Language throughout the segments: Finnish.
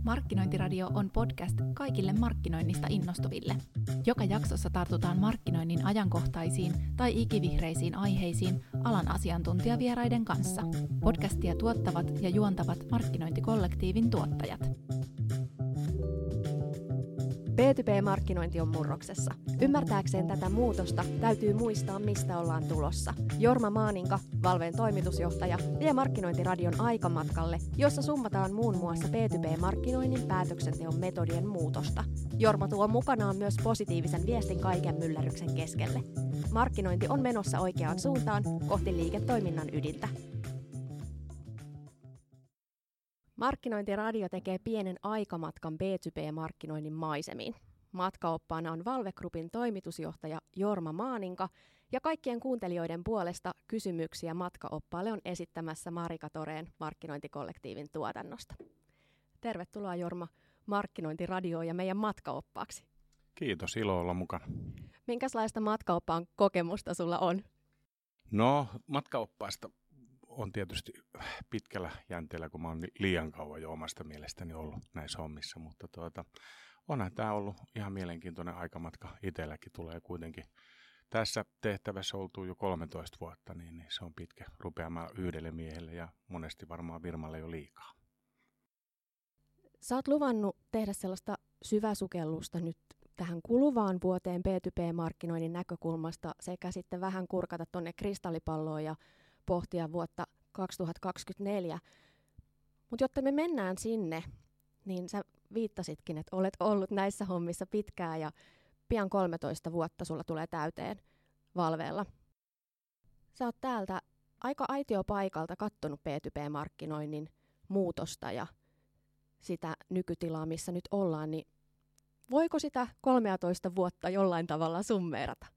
Markkinointiradio on podcast kaikille markkinoinnista innostuville. Joka jaksossa tartutaan markkinoinnin ajankohtaisiin tai ikivihreisiin aiheisiin alan asiantuntijavieraiden kanssa. Podcastia tuottavat ja juontavat markkinointikollektiivin tuottajat. B2B-markkinointi on murroksessa. Ymmärtääkseen tätä muutosta täytyy muistaa, mistä ollaan tulossa. Jorma Maaninka, Valveen toimitusjohtaja, vie Markkinointiradion aikamatkalle, jossa summataan muun muassa B2B-markkinoinnin päätöksenteon metodien muutosta. Jorma tuo mukanaan myös positiivisen viestin kaiken myllerryksen keskelle. Markkinointi on menossa oikeaan suuntaan kohti liiketoiminnan ydintä. Markkinointiradio tekee pienen aikamatkan B2B-markkinoinnin maisemiin. Matkaoppaana on Valve Groupin toimitusjohtaja Jorma Maaninka, ja kaikkien kuuntelijoiden puolesta kysymyksiä matkaoppaalle on esittämässä Marika Toreen markkinointikollektiivin tuotannosta. Tervetuloa Jorma Markkinointiradioon ja meidän matkaoppaaksi. Kiitos, ilo olla mukana. Minkälaista matkaoppaan kokemusta sulla on? No, matkaoppaista on tietysti pitkällä jänteellä, kun mä oon liian kauan jo omasta mielestäni ollut näissä hommissa, mutta onhan tämä ollut ihan mielenkiintoinen aikamatka. Itselläkin tulee kuitenkin tässä tehtävässä oltu jo 13 vuotta, niin se on pitkä rupeamaan yhdelle miehelle ja monesti varmaan firmalle jo liikaa. Sä oot luvannut tehdä sellaista syväsukellusta nyt tähän kuluvaan vuoteen B2B-markkinoinnin näkökulmasta sekä sitten vähän kurkata tuonne kristallipalloon ja pohtia vuotta 2024. Mutta jotta me mennään sinne, niin sä viittasitkin, että olet ollut näissä hommissa pitkään ja pian 13 vuotta sulla tulee täyteen Valveella. Sä oot täältä aika aitiopaikalta kattonut B2B-markkinoinnin muutosta ja sitä nykytilaa, missä nyt ollaan, niin voiko sitä 13 vuotta jollain tavalla summeerata?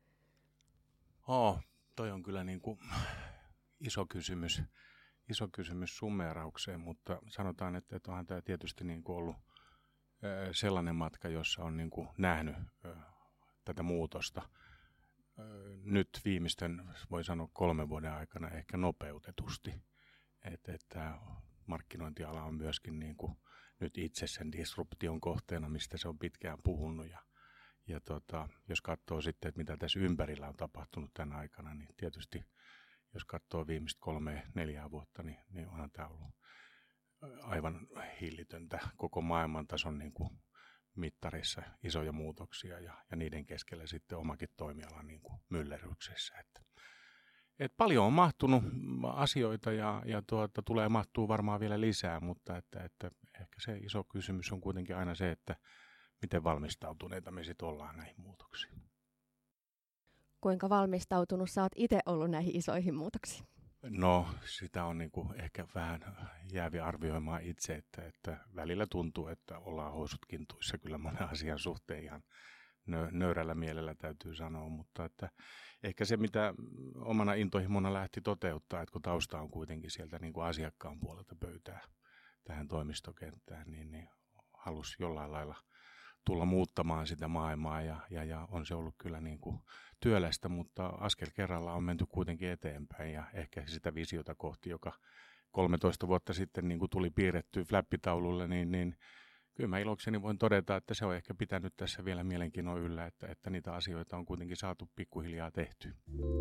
Toi on kyllä niin kuin iso kysymys summeeraukseen, mutta sanotaan, että onhan tämä tietysti niin kuin ollut sellainen matka, jossa on niin kuin nähnyt tätä muutosta nyt viimeisten, voi sanoa 3 vuoden aikana ehkä nopeutetusti. Että markkinointiala on myöskin niin kuin nyt itse sen disruption kohteena, mistä se on pitkään puhunut. Ja jos katsoo sitten, että mitä tässä ympärillä on tapahtunut tänä aikana, niin tietysti jos katsoo viimeistä 3-4 vuotta, niin onhan tämä ollut aivan hillitöntä koko maailmantason niin kuin mittarissa isoja muutoksia ja niiden keskellä sitten omakin toimialan niin kuin myllerryksessä. Et paljon on mahtunut asioita ja tulee mahtuu varmaan vielä lisää, mutta että ehkä se iso kysymys on kuitenkin aina se, että miten valmistautuneita me sitten ollaan näihin muutoksiin. Kuinka valmistautunut sä oot itse ollut näihin isoihin muutoksiin? No, sitä on niinku ehkä vähän jäävi arvioimaan itse, että välillä tuntuu, että ollaan housut kintuissa kyllä monen asian suhteen ihan nöyrällä mielellä täytyy sanoa, mutta että ehkä se, mitä omana intohimona lähti toteuttaa, että kun tausta on kuitenkin sieltä niin kuin asiakkaan puolelta pöytää tähän toimistokenttään, niin halusi jollain lailla tulla muuttamaan sitä maailmaa ja on se ollut kyllä niin kuin työlästä, mutta askel kerralla on menty kuitenkin eteenpäin ja ehkä sitä visiota kohti, joka 13 vuotta sitten niin kuin tuli piirretty flappitaululle, niin kyllä mä ilokseni voin todeta, että se on ehkä pitänyt tässä vielä mielenkiinnon yllä, että niitä asioita on kuitenkin saatu pikkuhiljaa tehty.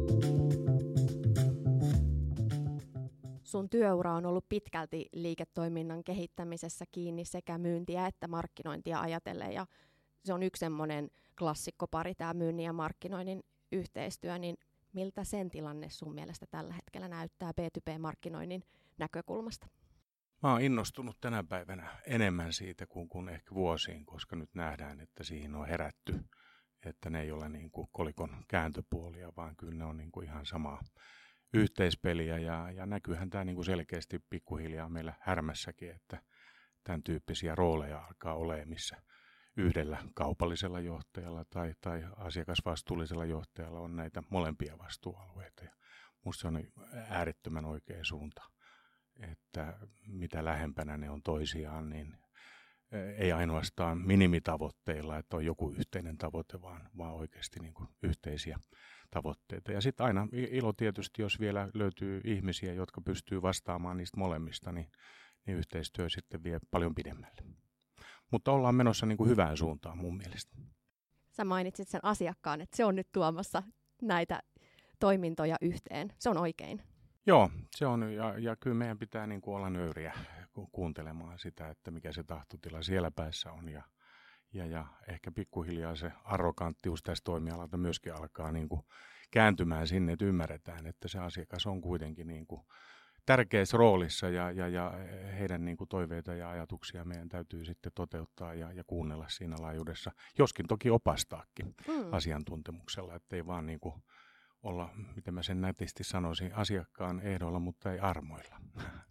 Sun työura on ollut pitkälti liiketoiminnan kehittämisessä kiinni sekä myyntiä että markkinointia ajatellen, ja se on yksi semmoinen klassikkopari, tämä myynnin ja markkinoinnin yhteistyö, niin miltä sen tilanne sun mielestä tällä hetkellä näyttää B2B-markkinoinnin näkökulmasta? Mä oon innostunut tänä päivänä enemmän siitä kuin ehkä vuosiin, koska nyt nähdään, että siihen on herätty, että ne ei ole niin kuin kolikon kääntöpuolia, vaan kyllä ne on niin kuin ihan samaa yhteispeliä ja näkyyhän tämä niin kuin selkeästi pikkuhiljaa meillä Härmässäkin, että tämän tyyppisiä rooleja alkaa olemaan, missä yhdellä kaupallisella johtajalla tai asiakasvastuullisella johtajalla on näitä molempia vastuualueita. Ja musta se on äärettömän oikea suunta, että mitä lähempänä ne on toisiaan, niin ei ainoastaan minimitavoitteilla, että on joku yhteinen tavoite, vaan oikeasti niin kuin yhteisiä tavoitteita. Ja sitten aina ilo tietysti, jos vielä löytyy ihmisiä, jotka pystyy vastaamaan niistä molemmista, niin niin yhteistyö sitten vie paljon pidemmälle. Mutta ollaan menossa niin kuin hyvään suuntaan mun mielestä. Sä mainitsit sen asiakkaan, että se on nyt tuomassa näitä toimintoja yhteen. Se on oikein. Joo, se on, ja kyllä meidän pitää niin kuin olla nöyriä kuuntelemaan sitä, että mikä se tahtotila siellä päässä on. Ja ehkä pikkuhiljaa se arroganttius tästä toimialalta myöskin alkaa niin kuin kääntymään sinne, että ymmärretään, että se asiakas on kuitenkin niin kuin tärkeässä roolissa ja heidän niin kuin toiveita ja ajatuksia meidän täytyy sitten toteuttaa ja kuunnella siinä laajuudessa, joskin toki opastaakin asiantuntemuksella, ettei vaan niin kuin olla, miten mä sen nätisti sanoisin, asiakkaan ehdoilla, mutta ei armoilla.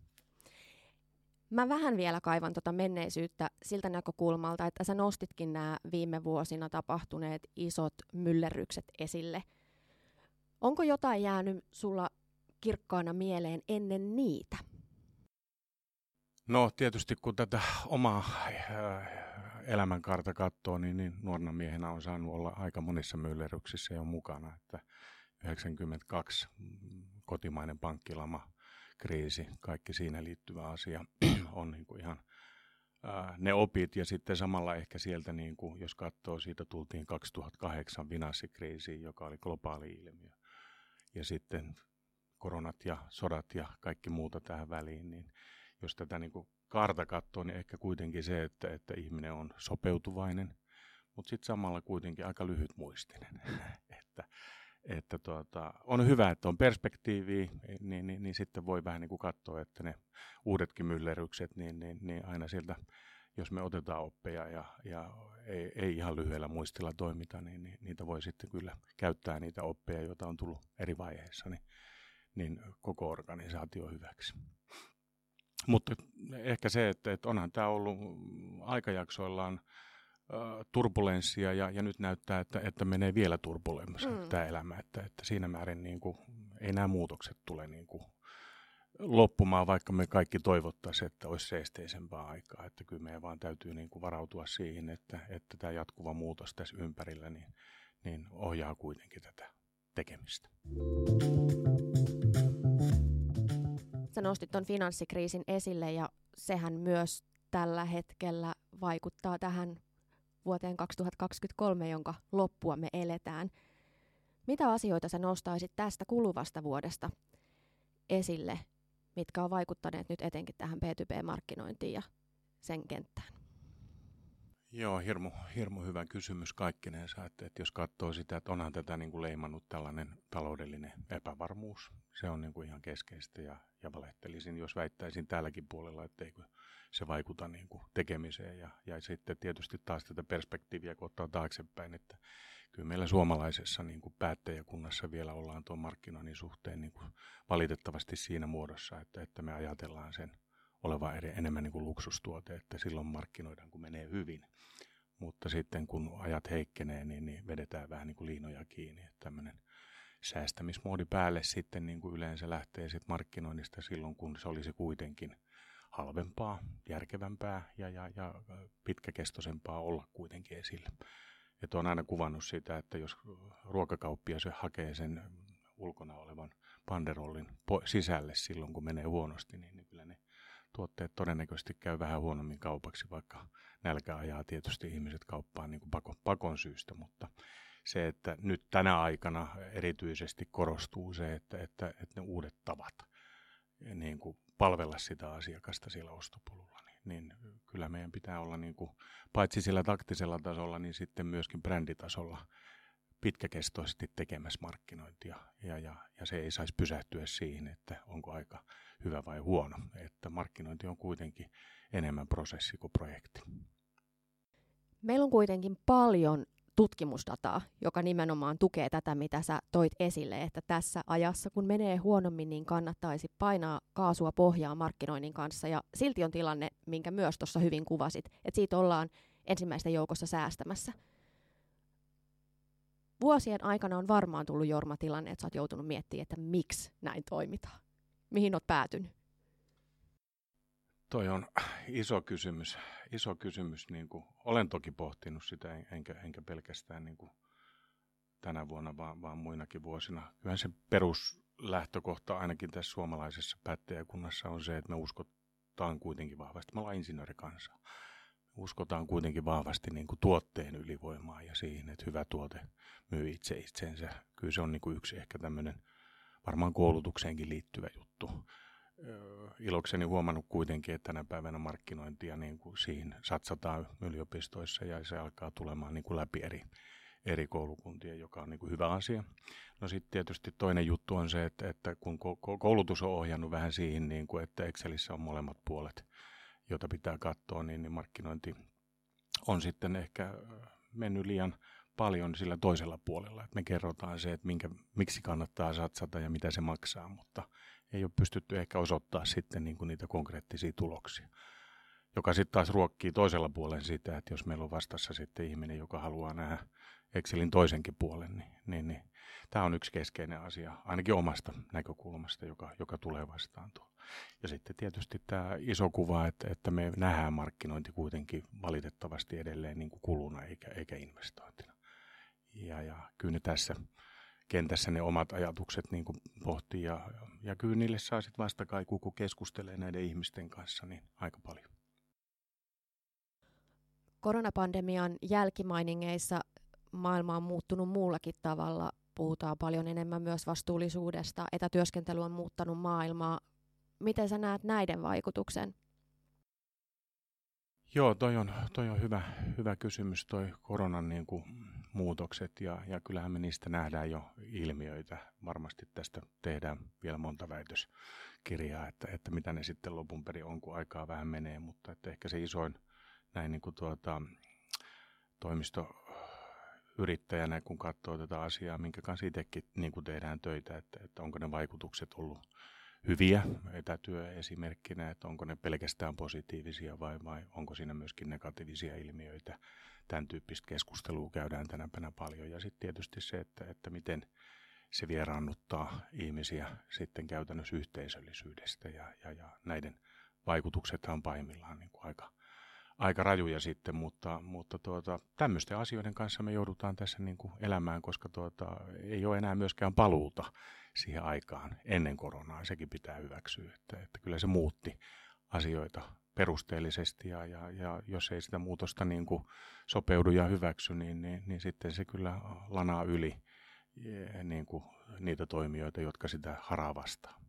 Mä vähän vielä kaivan tuota menneisyyttä siltä näkökulmalta, että sä nostitkin nämä viime vuosina tapahtuneet isot myllerrykset esille. Onko jotain jäänyt sulla kirkkaana mieleen ennen niitä? No tietysti kun tätä omaa elämänkaarta katsoo, niin nuorena miehenä on saanut olla aika monissa myllerryksissä jo mukana. Että 92 kotimainen pankkilama, kriisi, kaikki siinä liittyvä asia on niin kuin ihan ne opit. Ja sitten samalla ehkä sieltä, niin kuin, jos katsoo, siitä tultiin 2008 finanssikriisiin, joka oli globaali ilmiö. Ja sitten koronat ja sodat ja kaikki muuta tähän väliin, niin jos tätä niin kuin kaarta katsoo, niin ehkä kuitenkin se, että ihminen on sopeutuvainen, mutta sitten samalla kuitenkin aika lyhytmuistinen. että on hyvä, että on perspektiiviä, niin sitten voi vähän niin kuin katsoa, että ne uudetkin myllerrykset, niin aina sieltä, jos me otetaan oppeja ja ei ihan lyhyellä muistilla toimita, niin niitä voi sitten kyllä käyttää niitä oppeja, joita on tullut eri vaiheissa, niin koko organisaatio hyväksi. Mutta ehkä se, että onhan tämä ollut aikajaksoillaan turbulenssia ja nyt näyttää, että menee vielä turbulenssia tämä elämä, että siinä määrin niin kuin, ei nämä muutokset tule niin kuin loppumaan, vaikka me kaikki toivottaisiin, että olisi seesteisempää aikaa, että kyllä meidän vaan täytyy niin kuin varautua siihen, että tämä jatkuva muutos tässä ympärillä niin ohjaa kuitenkin tätä tekemistä. Sä nostit ton finanssikriisin esille ja sehän myös tällä hetkellä vaikuttaa tähän vuoteen 2023, jonka loppua me eletään. Mitä asioita sä nostaisit tästä kuluvasta vuodesta esille, mitkä on vaikuttaneet nyt etenkin tähän B2B-markkinointiin ja sen kenttään? Joo, hirmu hyvä kysymys kaikkinensa, että jos katsoo sitä, että onhan tätä niin kuin leimannut tällainen taloudellinen epävarmuus. Se on niin kuin ihan keskeistä ja valehtelisin, jos väittäisin täälläkin puolella, etteikö se vaikuta niin kuin tekemiseen. Ja sitten tietysti taas tätä perspektiiviä, kun ottaa taaksepäin, että kyllä meillä suomalaisessa niin kuin päättäjäkunnassa vielä ollaan tuon markkinoinnin suhteen niin kuin valitettavasti siinä muodossa, että me ajatellaan sen oleva enemmän niin kuin luksustuote, että silloin markkinoidaan, kun menee hyvin. Mutta sitten kun ajat heikkenee, niin vedetään vähän niin kuin liinoja kiinni. Että tämmöinen säästämismoodi päälle sitten niin kuin yleensä lähtee sit markkinoinnista silloin, kun se olisi kuitenkin halvempaa, järkevämpää ja pitkäkestoisempaa olla kuitenkin esillä. Että olen aina kuvannut sitä, että jos ruokakauppias hakee sen ulkona olevan panderollin sisälle silloin, kun menee huonosti, niin kyllä ne tuotteet todennäköisesti käy vähän huonommin kaupaksi, vaikka nälkä ajaa tietysti ihmiset kauppaan niin kuin pakon syystä, mutta se, että nyt tänä aikana erityisesti korostuu se, että ne uudet tavat niin kuin palvella sitä asiakasta siellä ostopolulla, niin kyllä meidän pitää olla niin kuin, paitsi sillä taktisella tasolla, niin sitten myöskin bränditasolla pitkäkestoisesti tekemässä markkinointia ja se ei saisi pysähtyä siihen, että onko aika hyvä vai huono, että markkinointi on kuitenkin enemmän prosessi kuin projekti. Meillä on kuitenkin paljon tutkimusdataa, joka nimenomaan tukee tätä, mitä sä toit esille, että tässä ajassa, kun menee huonommin, niin kannattaisi painaa kaasua pohjaa markkinoinnin kanssa ja silti on tilanne, minkä myös tuossa hyvin kuvasit, että siitä ollaan ensimmäisten joukossa säästämässä. Vuosien aikana on varmaan tullut Jorma-tilanne, että sä oot joutunut miettimään, että miksi näin toimitaan. Mihin oot päätynyt? Toi on iso kysymys. Niin kuin, olen toki pohtinut sitä, enkä pelkästään niin kuin tänä vuonna, vaan muinakin vuosina. Kyllähän se peruslähtökohta ainakin tässä suomalaisessa päättäjäkunnassa on se, että me uskotaan kuitenkin vahvasti, me ollaan insinöörikansaa, uskotaan kuitenkin vahvasti niin kuin tuotteen ylivoimaan ja siihen, että hyvä tuote myy itse itsensä. Kyllä se on niin kuin yksi ehkä tämmöinen varmaan koulutukseenkin liittyvä juttu. Ilokseni huomannut kuitenkin, että tänä päivänä markkinointia niin kuin siihen satsataan yliopistoissa ja se alkaa tulemaan niin kuin läpi eri koulukuntien, joka on niin kuin hyvä asia. No sitten tietysti toinen juttu on se, että kun koulutus on ohjannut vähän siihen, niin kuin, että Excelissä on molemmat puolet, jota pitää katsoa, niin markkinointi on sitten ehkä mennyt liian paljon sillä toisella puolella. Että me kerrotaan se, että miksi kannattaa satsata ja mitä se maksaa, mutta ei ole pystytty ehkä osoittaa sitten niin kuin niitä konkreettisia tuloksia, joka sitten taas ruokkii toisella puolen sitä, että jos meillä on vastassa sitten ihminen, joka haluaa nähdä Excelin toisenkin puolen, niin tämä on yksi keskeinen asia, ainakin omasta näkökulmasta, joka tulee vastaan tuolla. Ja sitten tietysti tämä iso kuva, että me nähdään markkinointi kuitenkin valitettavasti edelleen niin kuin kuluna eikä investointina. Ja kyllä ne tässä kentässä ne omat ajatukset niin kuin pohtii ja kyllä niille saa sitten vastakaikua, kun keskustelee näiden ihmisten kanssa, niin aika paljon. Koronapandemian jälkimainingeissa maailma on muuttunut muullakin tavalla. Puhutaan paljon enemmän myös vastuullisuudesta. Etätyöskentely on muuttanut maailmaa. Miten sä näet näiden vaikutuksen? Joo, toi on hyvä kysymys, toi koronan niin kuin muutokset ja kyllähän me niistä nähdään jo ilmiöitä. Varmasti tästä tehdään vielä monta väitöskirjaa, että mitä ne sitten lopun perin on, kun aikaa vähän menee, mutta että ehkä se isoin näin niin kuin toimistoyrittäjänä, kun katsoo tätä asiaa, minkä kanssa itsekin niin kuin tehdään töitä, että onko ne vaikutukset ollut hyviä etätyö esimerkkinä, että onko ne pelkästään positiivisia vai onko siinä myöskin negatiivisia ilmiöitä. Tämän tyyppistä keskustelua käydään tänä päivänä paljon. Ja sitten tietysti se, että miten se vieraannuttaa ihmisiä sitten käytännössä yhteisöllisyydestä. Ja näiden vaikutuksethan on pahimmillaan niin kuin aika rajuja sitten, mutta tämmöisten asioiden kanssa me joudutaan tässä niin kuin elämään, koska ei ole enää myöskään paluuta siihen aikaan ennen koronaa. Sekin pitää hyväksyä, että kyllä se muutti asioita perusteellisesti ja jos ei sitä muutosta niin kuin sopeudu ja hyväksy, niin sitten se kyllä lanaa yli niin kuin niitä toimijoita, jotka sitä haraa vastaan.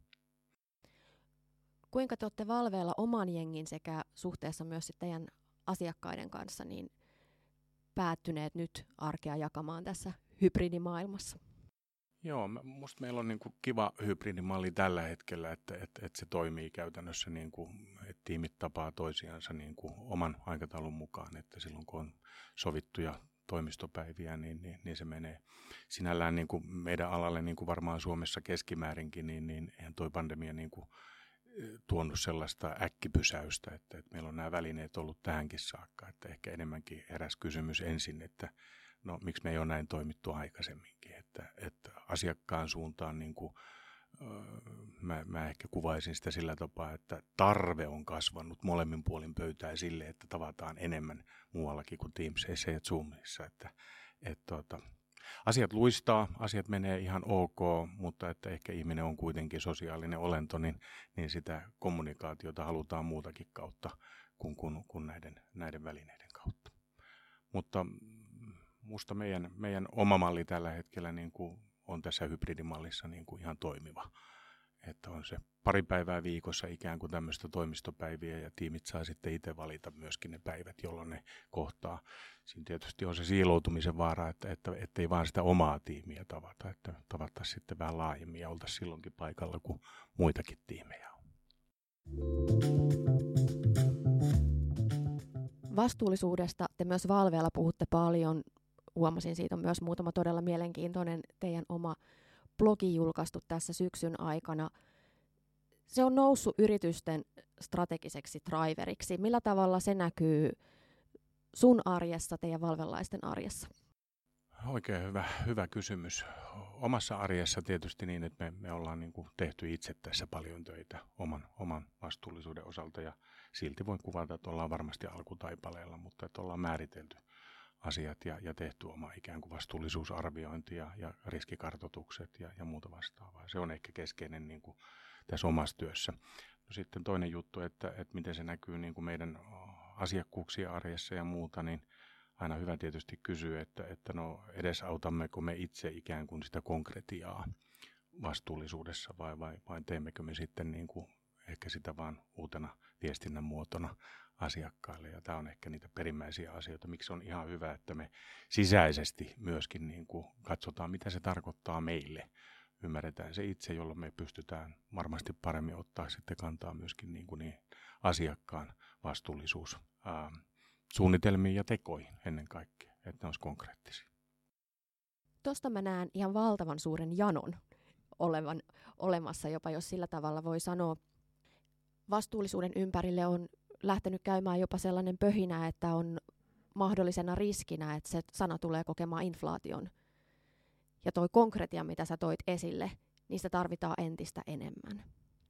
Kuinka te olette Valveella oman jengin sekä suhteessa myös sitten teidän asiakkaiden kanssa niin päättyneet nyt arkea jakamaan tässä hybridimaailmassa? Joo, musta meillä on niin kuin kiva hybridimalli tällä hetkellä, että se toimii käytännössä niin kuin, että tiimit tapaa toisiansa niin kuin oman aikataulun mukaan, että silloin kun on sovittuja toimistopäiviä, niin se menee sinällään niin kuin meidän alalle niin kuin varmaan Suomessa keskimäärinkin, niin eihän toi pandemia niin kuin tuonut sellaista äkkipysäystä, että meillä on nämä välineet ollut tähänkin saakka, että ehkä enemmänkin eräs kysymys ensin, että no miksi me ei ole näin toimittu aikaisemminkin, että asiakkaan suuntaan niin kuin, mä ehkä kuvaisin sitä sillä tapaa, että tarve on kasvanut molemmin puolin pöytää sille, että tavataan enemmän muuallakin kuin Teamsissa ja Zoomissa, että asiat luistaa, asiat menee ihan ok, mutta että ehkä ihminen on kuitenkin sosiaalinen olento, niin sitä kommunikaatiota halutaan muutakin kautta kuin näiden välineiden kautta. Mutta musta meidän oma malli tällä hetkellä niin kuin on tässä hybridimallissa niin kuin ihan toimiva. Että on se pari päivää viikossa ikään kuin tämmöistä toimistopäiviä ja tiimit saa sitten itse valita myöskin ne päivät, jolloin ne kohtaa. Siinä tietysti on se siiloutumisen vaara, että ei vaan sitä omaa tiimiä tavata, että tavattaisiin sitten vähän laajemmin ja oltaisiin silloinkin paikalla, kun muitakin tiimejä on. Vastuullisuudesta te myös Valveella puhutte paljon. Huomasin, siitä on myös muutama todella mielenkiintoinen teidän oma blogi julkaistu tässä syksyn aikana. Se on noussut yritysten strategiseksi driveriksi. Millä tavalla se näkyy sun arjessa, teidän valvelaisten arjessa? Oikein hyvä kysymys. Omassa arjessa tietysti niin, että me ollaan niin kuin tehty itse tässä paljon töitä oman vastuullisuuden osalta ja silti voin kuvata, että ollaan varmasti alkutaipaleella, mutta että ollaan määritelty asiat ja tehty oma ikään kuin vastuullisuusarviointi ja riskikartoitukset ja muuta vastaavaa. Se on ehkä keskeinen niin kuin tässä omassa työssä. sitten toinen juttu, että miten se näkyy niin kuin meidän asiakkuuksien arjessa ja muuta, niin aina hyvä tietysti kysyä, että no edesautammeko me itse ikään kuin sitä konkretiaa vastuullisuudessa vai teemmekö me sitten niin kuin ehkä sitä vaan uutena viestinnän muotona asiakkaille. Ja tämä on ehkä niitä perimmäisiä asioita, miksi on ihan hyvä, että me sisäisesti myöskin niin kuin katsotaan, mitä se tarkoittaa meille. Ymmärretään se itse, jolloin me pystytään varmasti paremmin ottaa sitten kantaa myöskin niin asiakkaan vastuullisuus suunnitelmiin ja tekoihin ennen kaikkea, että ne olisi konkreettisia. Tuosta mä näen ihan valtavan suuren janon olevan olemassa jopa, jos sillä tavalla voi sanoa. Vastuullisuuden ympärille on lähtenyt käymään jopa sellainen pöhinä, että on mahdollisena riskinä, että se sana tulee kokemaan inflaation. Ja toi konkretia, mitä sä toit esille, niistä tarvitaan entistä enemmän.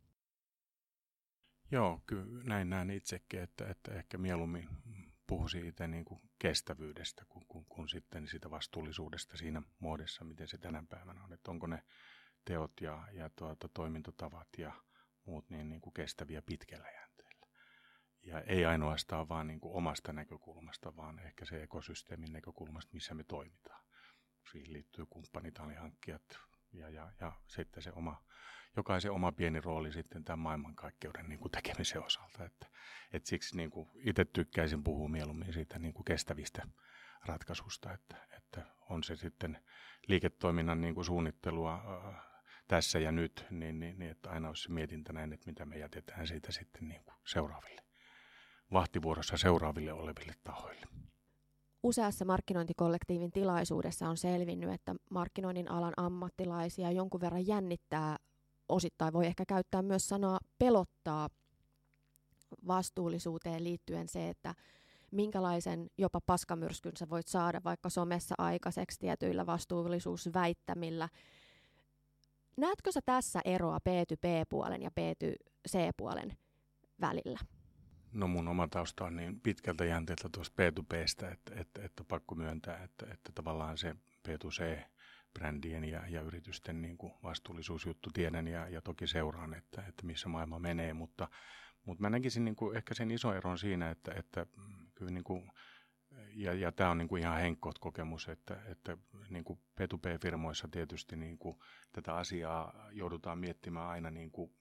Joo, kyllä näin näen itsekin, että ehkä mieluummin puhuisin itse niin kuin kestävyydestä kuin sitten sitä vastuullisuudesta siinä muodossa, miten se tänä päivänä on. Että onko ne teot ja toimintatavat ja muut niin kuin kestäviä pitkällä jänteellä. Ja ei ainoastaan vaan niin kuin omasta näkökulmasta, vaan ehkä se ekosysteemin näkökulmasta, missä me toimitaan. Siihen liittyy kumppanit, alihankkijat ja sitten se jokaisen oma pieni rooli sitten tämän maailmankaikkeuden niin kuin tekemisen osalta. Että siksi niin kuin itse tykkäisin puhua mieluummin siitä niin kuin kestävistä ratkaisusta, että on se sitten liiketoiminnan niin kuin suunnittelua tässä ja nyt, niin että aina olisi se mietintä näin, että mitä me jätetään siitä sitten niin kuin seuraaville, vahtivuorossa seuraaville oleville tahoille. Useassa markkinointikollektiivin tilaisuudessa on selvinnyt, että markkinoinnin alan ammattilaisia jonkun verran jännittää, osittain voi ehkä käyttää myös sanaa pelottaa vastuullisuuteen liittyen se, että minkälaisen jopa paskamyrskyn sä voit saada vaikka somessa aikaiseksi tietyillä vastuullisuusväittämillä. Näetkö sä tässä eroa B2B-puolen ja B2C-puolen välillä? No mun oma tausta on niin pitkältä jänteeltä tuosta B2Bstä, että pakko myöntää, että tavallaan se B2C-brändien ja yritysten niin kuin vastuullisuusjuttu tiedän ja toki seuraan, että missä maailma menee, mutta mä näkisin niin kuin ehkä sen iso eron siinä, että kyllä niin kuin, ja tämä on niin kuin ihan henkkoht kokemus, että niin kuin B2B-firmoissa tietysti niin kuin tätä asiaa joudutaan miettimään aina niin kuin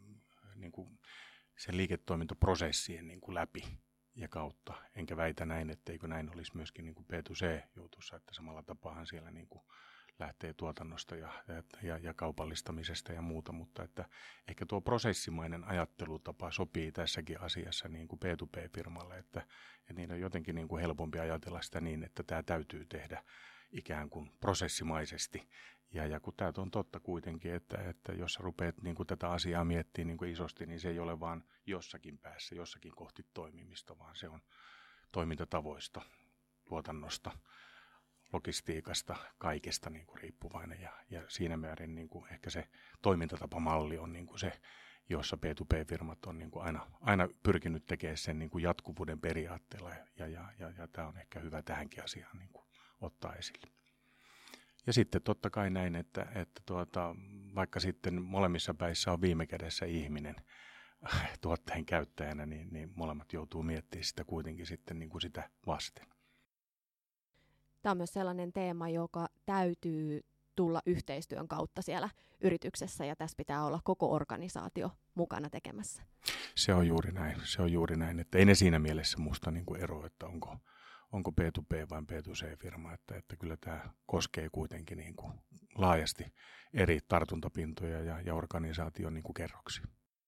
sen liiketoimintaprosessien niin kuin läpi ja kautta. Enkä väitä näin, etteikö näin olisi myöskin niin kuin B2C-jutussa, että samalla tapaahan siellä niin kuin lähtee tuotannosta ja kaupallistamisesta ja muuta, mutta että ehkä tuo prosessimainen ajattelutapa sopii tässäkin asiassa niin kuin B2B-firmalle, että niitä on jotenkin niin kuin helpompi ajatella sitä niin, että tämä täytyy tehdä ikään kuin prosessimaisesti. Ja kun tämä on totta kuitenkin, että jos sä rupeat niin kuin tätä asiaa miettimään niin kuin isosti, niin se ei ole vaan jossakin päässä, jossakin kohti toimimista, vaan se on toimintatavoista, tuotannosta, logistiikasta, kaikesta niin kuin riippuvainen. Ja siinä määrin niin kuin ehkä se toimintatapamalli on niin kuin se, jossa B2B-firmat on niin kuin aina pyrkinyt tekemään sen niin kuin jatkuvuuden periaatteella. Ja tämä on ehkä hyvä tähänkin asiaan niin kuin ottaa esille. Ja sitten totta kai näin, että vaikka sitten molemmissa päissä on viime kädessä ihminen tuotteen käyttäjänä, niin molemmat joutuu miettimään sitä kuitenkin sitten niin kuin sitä vasten. Tämä on myös sellainen teema, joka täytyy tulla yhteistyön kautta siellä yrityksessä, ja tässä pitää olla koko organisaatio mukana tekemässä. Se on juuri näin, että ei ne siinä mielessä musta niin kuin ero, että onko B2B vai B2C-firma, että kyllä tämä koskee kuitenkin niin kuin laajasti eri tartuntapintoja ja organisaation niin kuin kerroksia.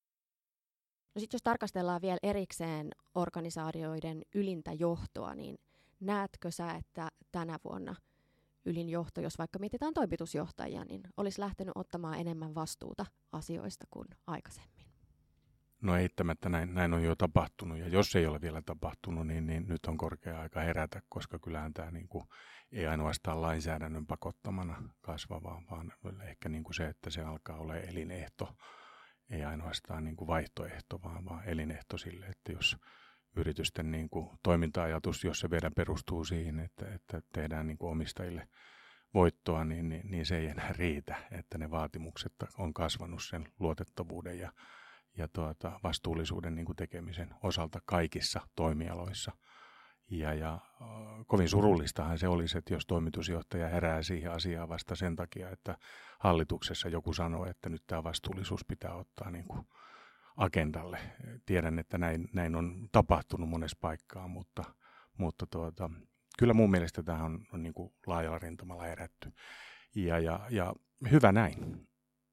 No sitten jos tarkastellaan vielä erikseen organisaatioiden ylintä johtoa, niin näetkö sä, että tänä vuonna ylin johto, jos vaikka mietitään toimitusjohtajia, niin olisi lähtenyt ottamaan enemmän vastuuta asioista kuin aikaisemmin? No eittämättä näin on jo tapahtunut, ja jos ei ole vielä tapahtunut, niin nyt on korkea aika herätä, koska kyllähän tämä niin kuin ei ainoastaan lainsäädännön pakottamana kasva, vaan ehkä niin kuin se, että se alkaa olla elinehto, ei ainoastaan niin kuin vaihtoehto, vaan elinehto sille, että jos yritysten niin kuin toiminta-ajatus, jos se vielä perustuu siihen, että tehdään niin kuin omistajille voittoa, niin se ei enää riitä, että ne vaatimukset on kasvanut sen luotettavuuden ja vastuullisuuden niin kuin tekemisen osalta kaikissa toimialoissa. Ja kovin surullistahan se olisi, että jos toimitusjohtaja herää siihen asiaan vasta sen takia, että hallituksessa joku sanoo, että nyt tämä vastuullisuus pitää ottaa niin kuin agendalle. Tiedän, että näin on tapahtunut monessa paikkaa, mutta kyllä mun mielestä tähän on niin kuin laajalla rintamalla herätty. Ja hyvä näin.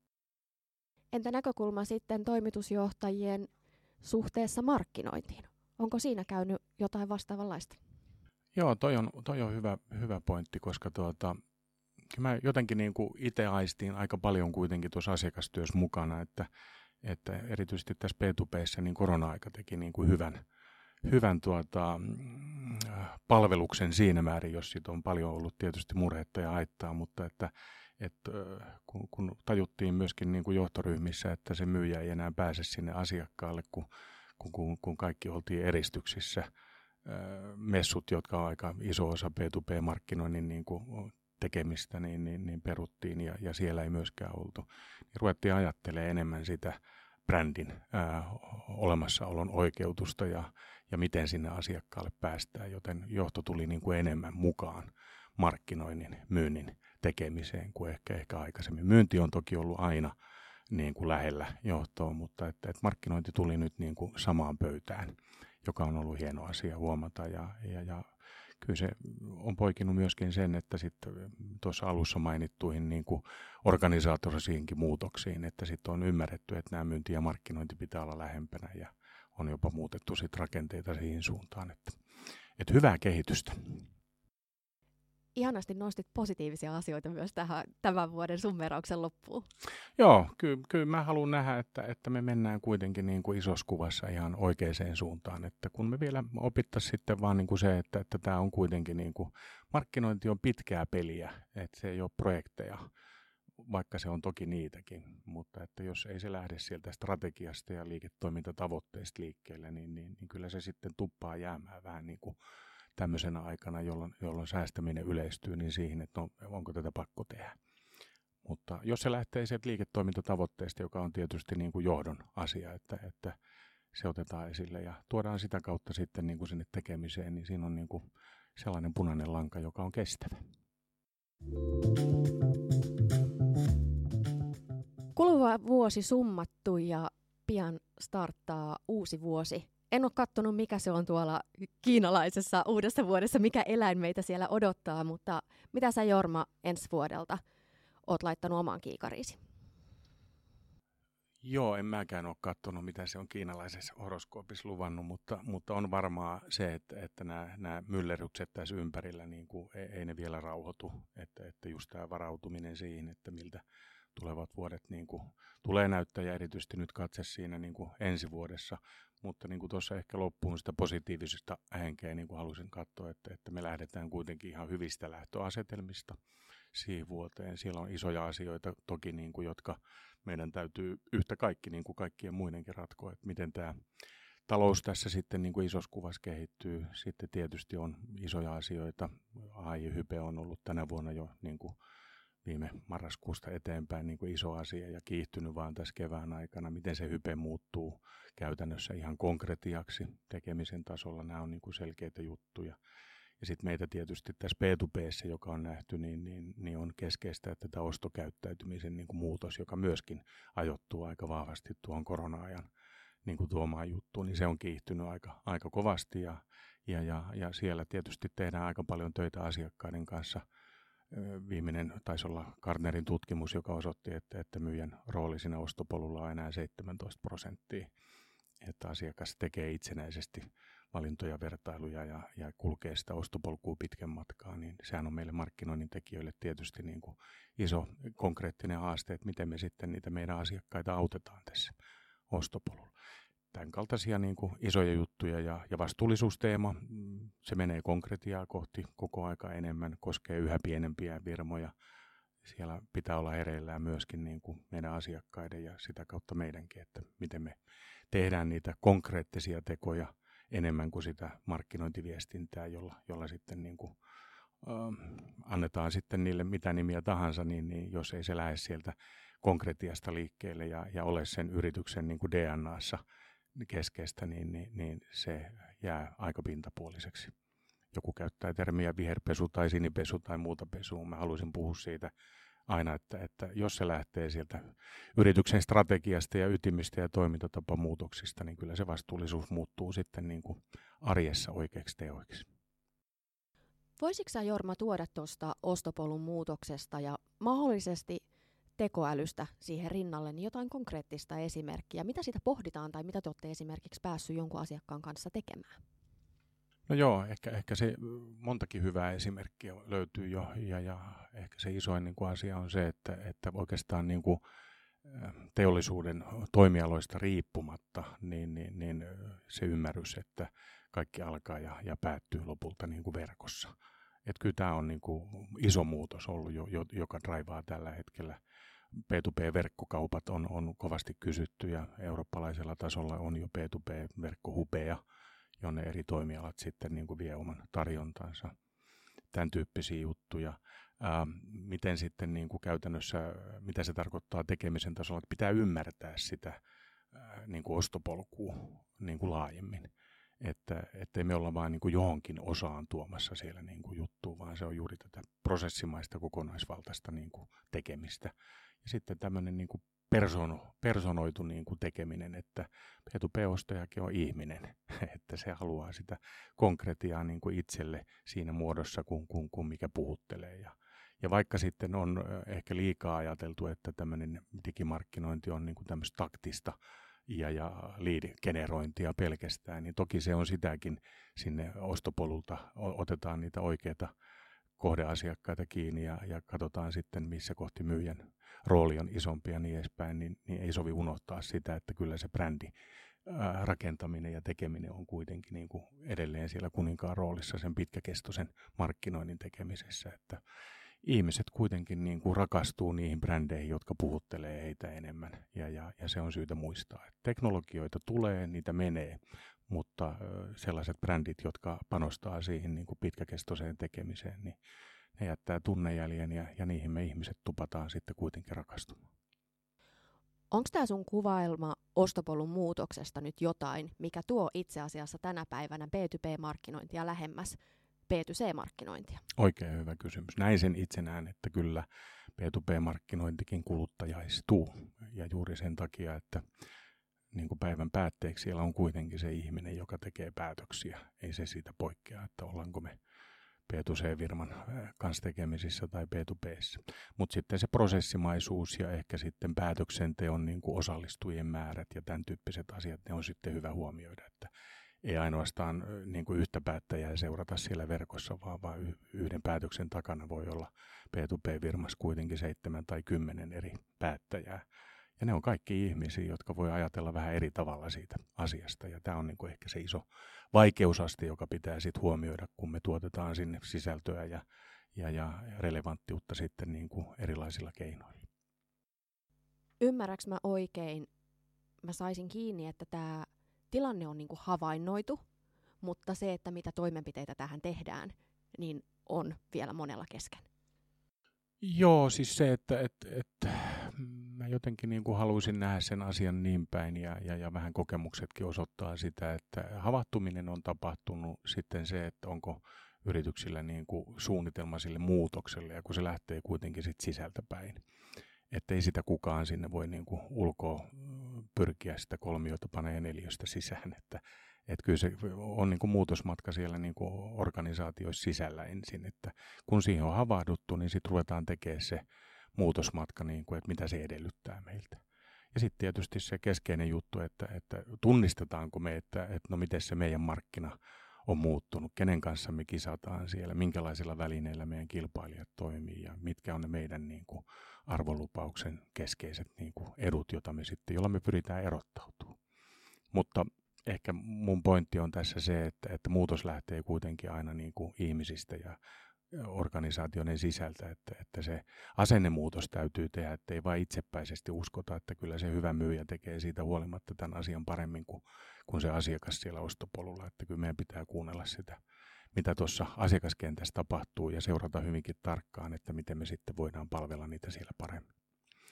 Entä näkökulma sitten toimitusjohtajien suhteessa markkinointiin? Onko siinä käynyt jotain vastaavanlaista? Joo, toi on hyvä pointti, koska mä jotenkin niin kuin itse aistiin aika paljon kuitenkin tuossa asiakastyössä mukana, että erityisesti tässä P2P:ssä niin korona-aika teki niin kuin hyvän palveluksen siinä määrin, jos siitä on paljon ollut tietysti murhetta ja haittaa, mutta että kun tajuttiin myöskin niin kuin johtoryhmissä, että se myyjä ei enää pääse sinne asiakkaalle, kun kaikki oltiin eristyksissä. Messut, jotka on aika iso osa P2P-markkinoinnin niin kuin tekemistä, niin peruttiin ja siellä ei myöskään oltu. Niin ruvettiin ajattelemaan enemmän sitä brändin olemassaolon oikeutusta ja miten sinne asiakkaalle päästään, joten johto tuli niin kuin enemmän mukaan markkinoinnin, myynnin tekemiseen kuin ehkä aikaisemmin. Myynti on toki ollut aina niin kuin lähellä johtoa, mutta että markkinointi tuli nyt niin kuin samaan pöytään, joka on ollut hieno asia huomata ja kyllä se on poikinut myöskin sen, että sitten tuossa alussa mainittuihin niin kuin organisaatorisiinkin muutoksiin, että sitten on ymmärretty, että nämä myynti ja markkinointi pitää olla lähempänä ja on jopa muutettu sitten rakenteita siihen suuntaan, että hyvää kehitystä. Ihanasti nostit positiivisia asioita myös tämän vuoden summerauksen loppuun. Joo, kyllä mä haluan nähdä, että me mennään kuitenkin niin kuin isossa kuvassa ihan oikeaan suuntaan. Että kun me vielä opittaisiin sitten vaan niin kuin se, että tämä on kuitenkin niin kuin, markkinointi on pitkää peliä, että se ei ole projekteja, vaikka se on toki niitäkin. Mutta että jos ei se lähde sieltä strategiasta ja liiketoimintatavoitteista liikkeelle, niin kyllä se sitten tuppaa jäämään vähän niin kuin tämmöisenä aikana, jolloin säästäminen yleistyy, niin siihen, että no, onko tätä pakko tehdä. Mutta jos se lähtee sieltä liiketoimintatavoitteesta, joka on tietysti niin kuin johdon asia, että se otetaan esille ja tuodaan sitä kautta sitten niin kuin sinne tekemiseen, niin siinä on niin kuin sellainen punainen lanka, joka on kestävä. Kuluva vuosi summattu ja pian starttaa uusi vuosi. En ole katsonut, mikä se on tuolla kiinalaisessa uudessa vuodessa, mikä eläin meitä siellä odottaa, mutta mitä sä, Jorma, ensi vuodelta oot laittanut omaan kiikariisi? Joo, en mäkään ole katsonut, mitä se on kiinalaisessa horoskoopissa luvannut, mutta on varmaa se, että nämä myllerrykset tässä ympärillä, niin kuin, ei ne vielä rauhoitu, että just tämä varautuminen siihen, että miltä tulevat vuodet niin kuin tulee näyttää ja erityisesti nyt katse siinä niin kuin ensi vuodessa. Mutta niin kuin tuossa ehkä loppuun sitä positiivisesta henkeä niin kuin halusin katsoa, että me lähdetään kuitenkin ihan hyvistä lähtöasetelmista siihen vuoteen. Siellä on isoja asioita toki, niin kuin, jotka meidän täytyy yhtä kaikki, niin kuin kaikkien muidenkin ratkoa, että miten tämä talous tässä sitten niin kuin isossa kuvassa kehittyy. Sitten tietysti on isoja asioita. AI-hype on ollut tänä vuonna jo niin kuin viime marraskuusta eteenpäin niin kuin iso asia ja kiihtynyt vaan tässä kevään aikana. Miten se hype muuttuu käytännössä ihan konkretiaksi tekemisen tasolla. Nämä on niin kuin selkeitä juttuja. Ja sitten meitä tietysti tässä P2P:ssä, joka on nähty, niin on keskeistä, että tämä ostokäyttäytymisen niin kuin muutos, joka myöskin ajoittuu aika vahvasti tuohon korona-ajan niin kuin tuomaan juttuun, niin se on kiihtynyt aika kovasti ja siellä tietysti tehdään aika paljon töitä asiakkaiden kanssa. Viimeinen taisi olla Gartnerin tutkimus, joka osoitti, että myyjän rooli siinä ostopolulla on enää 17%, että asiakas tekee itsenäisesti valintoja, vertailuja ja kulkee sitä ostopolkua pitkän matkaa, niin sehän on meille markkinoinnin tekijöille tietysti niin kuin iso konkreettinen haaste, että miten me sitten niitä meidän asiakkaita autetaan tässä ostopolulla. Tämän kaltaisia niin kuin isoja juttuja ja vastuullisuusteema, se menee konkretiaa kohti koko aika enemmän, koskee yhä pienempiä firmoja. Siellä pitää olla hereillään myöskin niin kuin meidän asiakkaiden ja sitä kautta meidänkin, että miten me tehdään niitä konkreettisia tekoja enemmän kuin sitä markkinointiviestintää, jolla sitten niin kuin, annetaan sitten niille mitä nimiä tahansa, niin jos ei se lähde sieltä konkretiasta liikkeelle ja ole sen yrityksen niin kuin DNAssa keskeistä, niin se jää aika pintapuoliseksi. Joku käyttää termiä viherpesu tai sinipesu tai muuta pesua. Mä haluaisin puhua siitä aina, että jos se lähtee sieltä yrityksen strategiasta ja ytimistä ja toimintatapamuutoksista, niin kyllä se vastuullisuus muuttuu sitten niin kuin arjessa oikeiksi teoiksi. Voisitko sä, Jorma, tuoda tuosta ostopolun muutoksesta ja mahdollisesti tekoälystä siihen rinnalle niin jotain konkreettista esimerkkiä? Mitä siitä pohditaan tai mitä te olette esimerkiksi päässyt jonkun asiakkaan kanssa tekemään? No joo, ehkä se montakin hyvää esimerkkiä löytyy jo, ja ehkä se isoin niin kuin asia on se, että oikeastaan niin kuin teollisuuden toimialoista riippumatta, niin se ymmärrys, että kaikki alkaa ja päättyy lopulta niin kuin verkossa. Että kyllä tämä on niin kuin iso muutos ollut, joka draivaa tällä hetkellä. P2P-verkkokaupat on kovasti kysytty ja eurooppalaisella tasolla on jo P2P-verkkohubeja, jonne eri toimialat sitten niin kuin vie oman tarjontansa. Tämän tyyppisiä juttuja. Miten sitten niin kuin käytännössä, mitä se tarkoittaa tekemisen tasolla, että pitää ymmärtää sitä niin kuin ostopolkua niin kuin laajemmin. Että ei me olla vain niin kuin johonkin osaan tuomassa siellä niin kuin juttua, vaan se on juuri tätä prosessimaista kokonaisvaltaista niin kuin tekemistä. Ja sitten tämmöinen niin kuin personoitu niin kuin tekeminen, että P2P-ostajakin on ihminen, että se haluaa sitä konkretiaa niin kuin itselle siinä muodossa, kun mikä puhuttelee. Ja vaikka sitten on ehkä liikaa ajateltu, että tämmöinen digimarkkinointi on niin kuin tämmöistä taktista ja lead-generointia pelkästään, niin toki se on sitäkin sinne ostopolulta, otetaan niitä oikeita kohdeasiakkaita kiinni ja katsotaan sitten, missä kohti myyjän rooli on isompi ja niin edespäin, niin ei sovi unohtaa sitä, että kyllä se brändi rakentaminen ja tekeminen on kuitenkin niin kuin edelleen siellä kuninkaan roolissa sen pitkäkestoisen markkinoinnin tekemisessä, että ihmiset kuitenkin niin kuin rakastuu niihin brändeihin, jotka puhuttelee heitä enemmän ja se on syytä muistaa, että teknologioita tulee, niitä menee, mutta sellaiset brändit, jotka panostaa siihen niin kuin pitkäkestoiseen tekemiseen, niin ne jättää tunnejäljen ja niihin me ihmiset tupataan sitten kuitenkin rakastumaan. Onko tämä sun kuvailma ostopolun muutoksesta nyt jotain, mikä tuo itse asiassa tänä päivänä B2B-markkinointia lähemmäs B2C-markkinointia? Oikein hyvä kysymys. Näin sen itse näen, että kyllä B2B-markkinointikin kuluttajaistuu. Ja juuri sen takia, että niin kuin päivän päätteeksi siellä on kuitenkin se ihminen, joka tekee päätöksiä. Ei se siitä poikkea, että ollaanko me B2C-firman kanssa tekemisissä tai B2B:ssä. Mutta sitten se prosessimaisuus ja ehkä sitten päätöksenteon niin kuin osallistujien määrät ja tämän tyyppiset asiat, ne on sitten hyvä huomioida, että ei ainoastaan niin kuin yhtä päättäjää seurata siellä verkossa, vaan yhden päätöksen takana voi olla B2B-firmassa kuitenkin 7 tai 10 eri päättäjää. Ja ne on kaikki ihmisiä, jotka voi ajatella vähän eri tavalla siitä asiasta. Ja tämä on niin kuin ehkä se iso vaikeusaste, joka pitää sitten huomioida, kun me tuotetaan sinne sisältöä ja relevanttiutta sitten niin kuin erilaisilla keinoilla. Ymmärräks mä oikein? Mä saisin kiinni, että tämä tilanne on niin kuin havainnoitu, mutta se, että mitä toimenpiteitä tähän tehdään, niin on vielä monella kesken. Joo, siis se, että mä jotenkin niin kuin haluaisin nähdä sen asian niin päin ja vähän kokemuksetkin osoittaa sitä, että havahtuminen on tapahtunut sitten se, että onko yrityksillä niin kuin suunnitelma sille muutokselle ja kun se lähtee kuitenkin sit sisältä päin. Että ei sitä kukaan sinne voi niin kuin ulkoa pyrkiä sitä kolmiota paneen neliöstä sisään, että kyllä se on niin kuin muutosmatka siellä niin kuin organisaatioissa sisällä ensin, että kun siihen on havahduttu, niin sitten ruvetaan tekemään se muutosmatka, niin kuin, että mitä se edellyttää meiltä. Ja sitten tietysti se keskeinen juttu, että tunnistetaanko me, että no miten se meidän markkina on muuttunut, kenen kanssa me kisataan siellä, minkälaisilla välineillä meidän kilpailijat toimii ja mitkä on ne meidän niin kuin arvolupauksen keskeiset niin kuin edut, jolla me pyritään erottautumaan. Mutta ehkä mun pointti on tässä se, että muutos lähtee kuitenkin aina niin kuin ihmisistä ja organisaatioiden sisältä, että se asennemuutos täytyy tehdä, että ei vain itsepäisesti uskota, että kyllä se hyvä myyjä tekee siitä huolimatta tämän asian paremmin kuin se asiakas siellä ostopolulla, että kyllä meidän pitää kuunnella sitä, mitä tuossa asiakaskentässä tapahtuu ja seurata hyvinkin tarkkaan, että miten me sitten voidaan palvella niitä siellä paremmin.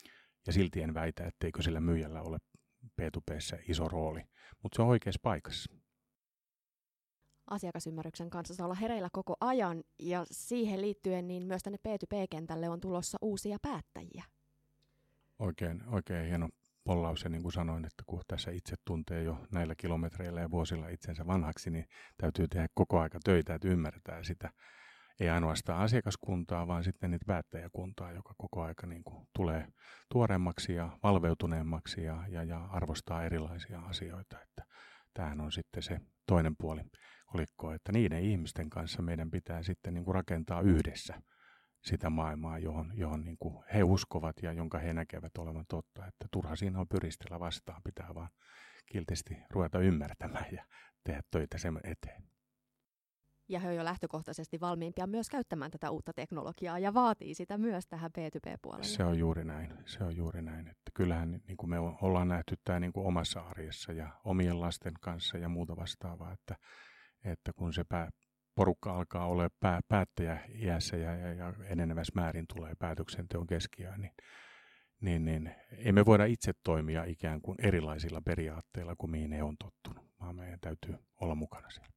Ja silti en väitä, etteikö sillä myyjällä ole P2P:ssä iso rooli, mutta se on oikeassa paikassa. Asiakasymmärryksen kanssa saa olla hereillä koko ajan, ja siihen liittyen niin myös tänne P2P-kentälle on tulossa uusia päättäjiä. Oikein hieno pollaus, ja niin kuin sanoin, että kun tässä itse tuntee jo näillä kilometreillä ja vuosilla itsensä vanhaksi, niin täytyy tehdä koko aika töitä, että ymmärretään sitä. Ei ainoastaan asiakaskuntaa, vaan sitten niitä päättäjäkuntaa, joka koko aika niin kuin tulee tuoreemmaksi ja valveutuneemmaksi ja arvostaa erilaisia asioita. Että tämähän on sitten se toinen puoli kolikkoa, että niiden ihmisten kanssa meidän pitää sitten niin kuin rakentaa yhdessä sitä maailmaa, johon niin kuin he uskovat ja jonka he näkevät olevan totta. Että turha siinä on pyristellä vastaan, pitää vaan kiltisti ruveta ymmärtämään ja tehdä töitä sen eteen. Ja he on jo lähtökohtaisesti valmiimpia myös käyttämään tätä uutta teknologiaa ja vaatii sitä myös tähän B2B-puolelle. Se on juuri näin. Että kyllähän niin kuin me ollaan nähty tämä niin kuin omassa arjessa ja omien lasten kanssa ja muuta vastaavaa, että kun se porukka alkaa olla päättäjä-iässä ja enenevässä määrin tulee päätöksenteon keskiöön, niin ei me voida itse toimia ikään kuin erilaisilla periaatteilla kuin mihin he on tottunut, vaan meidän täytyy olla mukana siellä.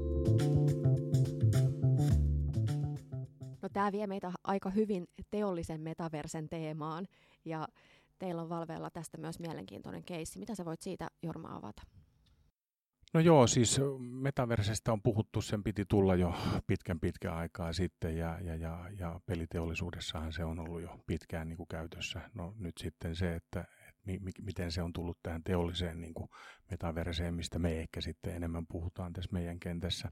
No, tämä vie meitä aika hyvin teollisen metaversen teemaan, ja teillä on Valveella tästä myös mielenkiintoinen keissi. Mitä sä voit siitä, Jorma, avata? No joo, siis metaversesta on puhuttu, sen piti tulla jo pitkän aikaa sitten ja peliteollisuudessahan se on ollut jo pitkään niin kuin käytössä. No nyt sitten se, että miten se on tullut tähän teolliseen niin kuin metaverseen, mistä me ehkä sitten enemmän puhutaan tässä meidän kentässä.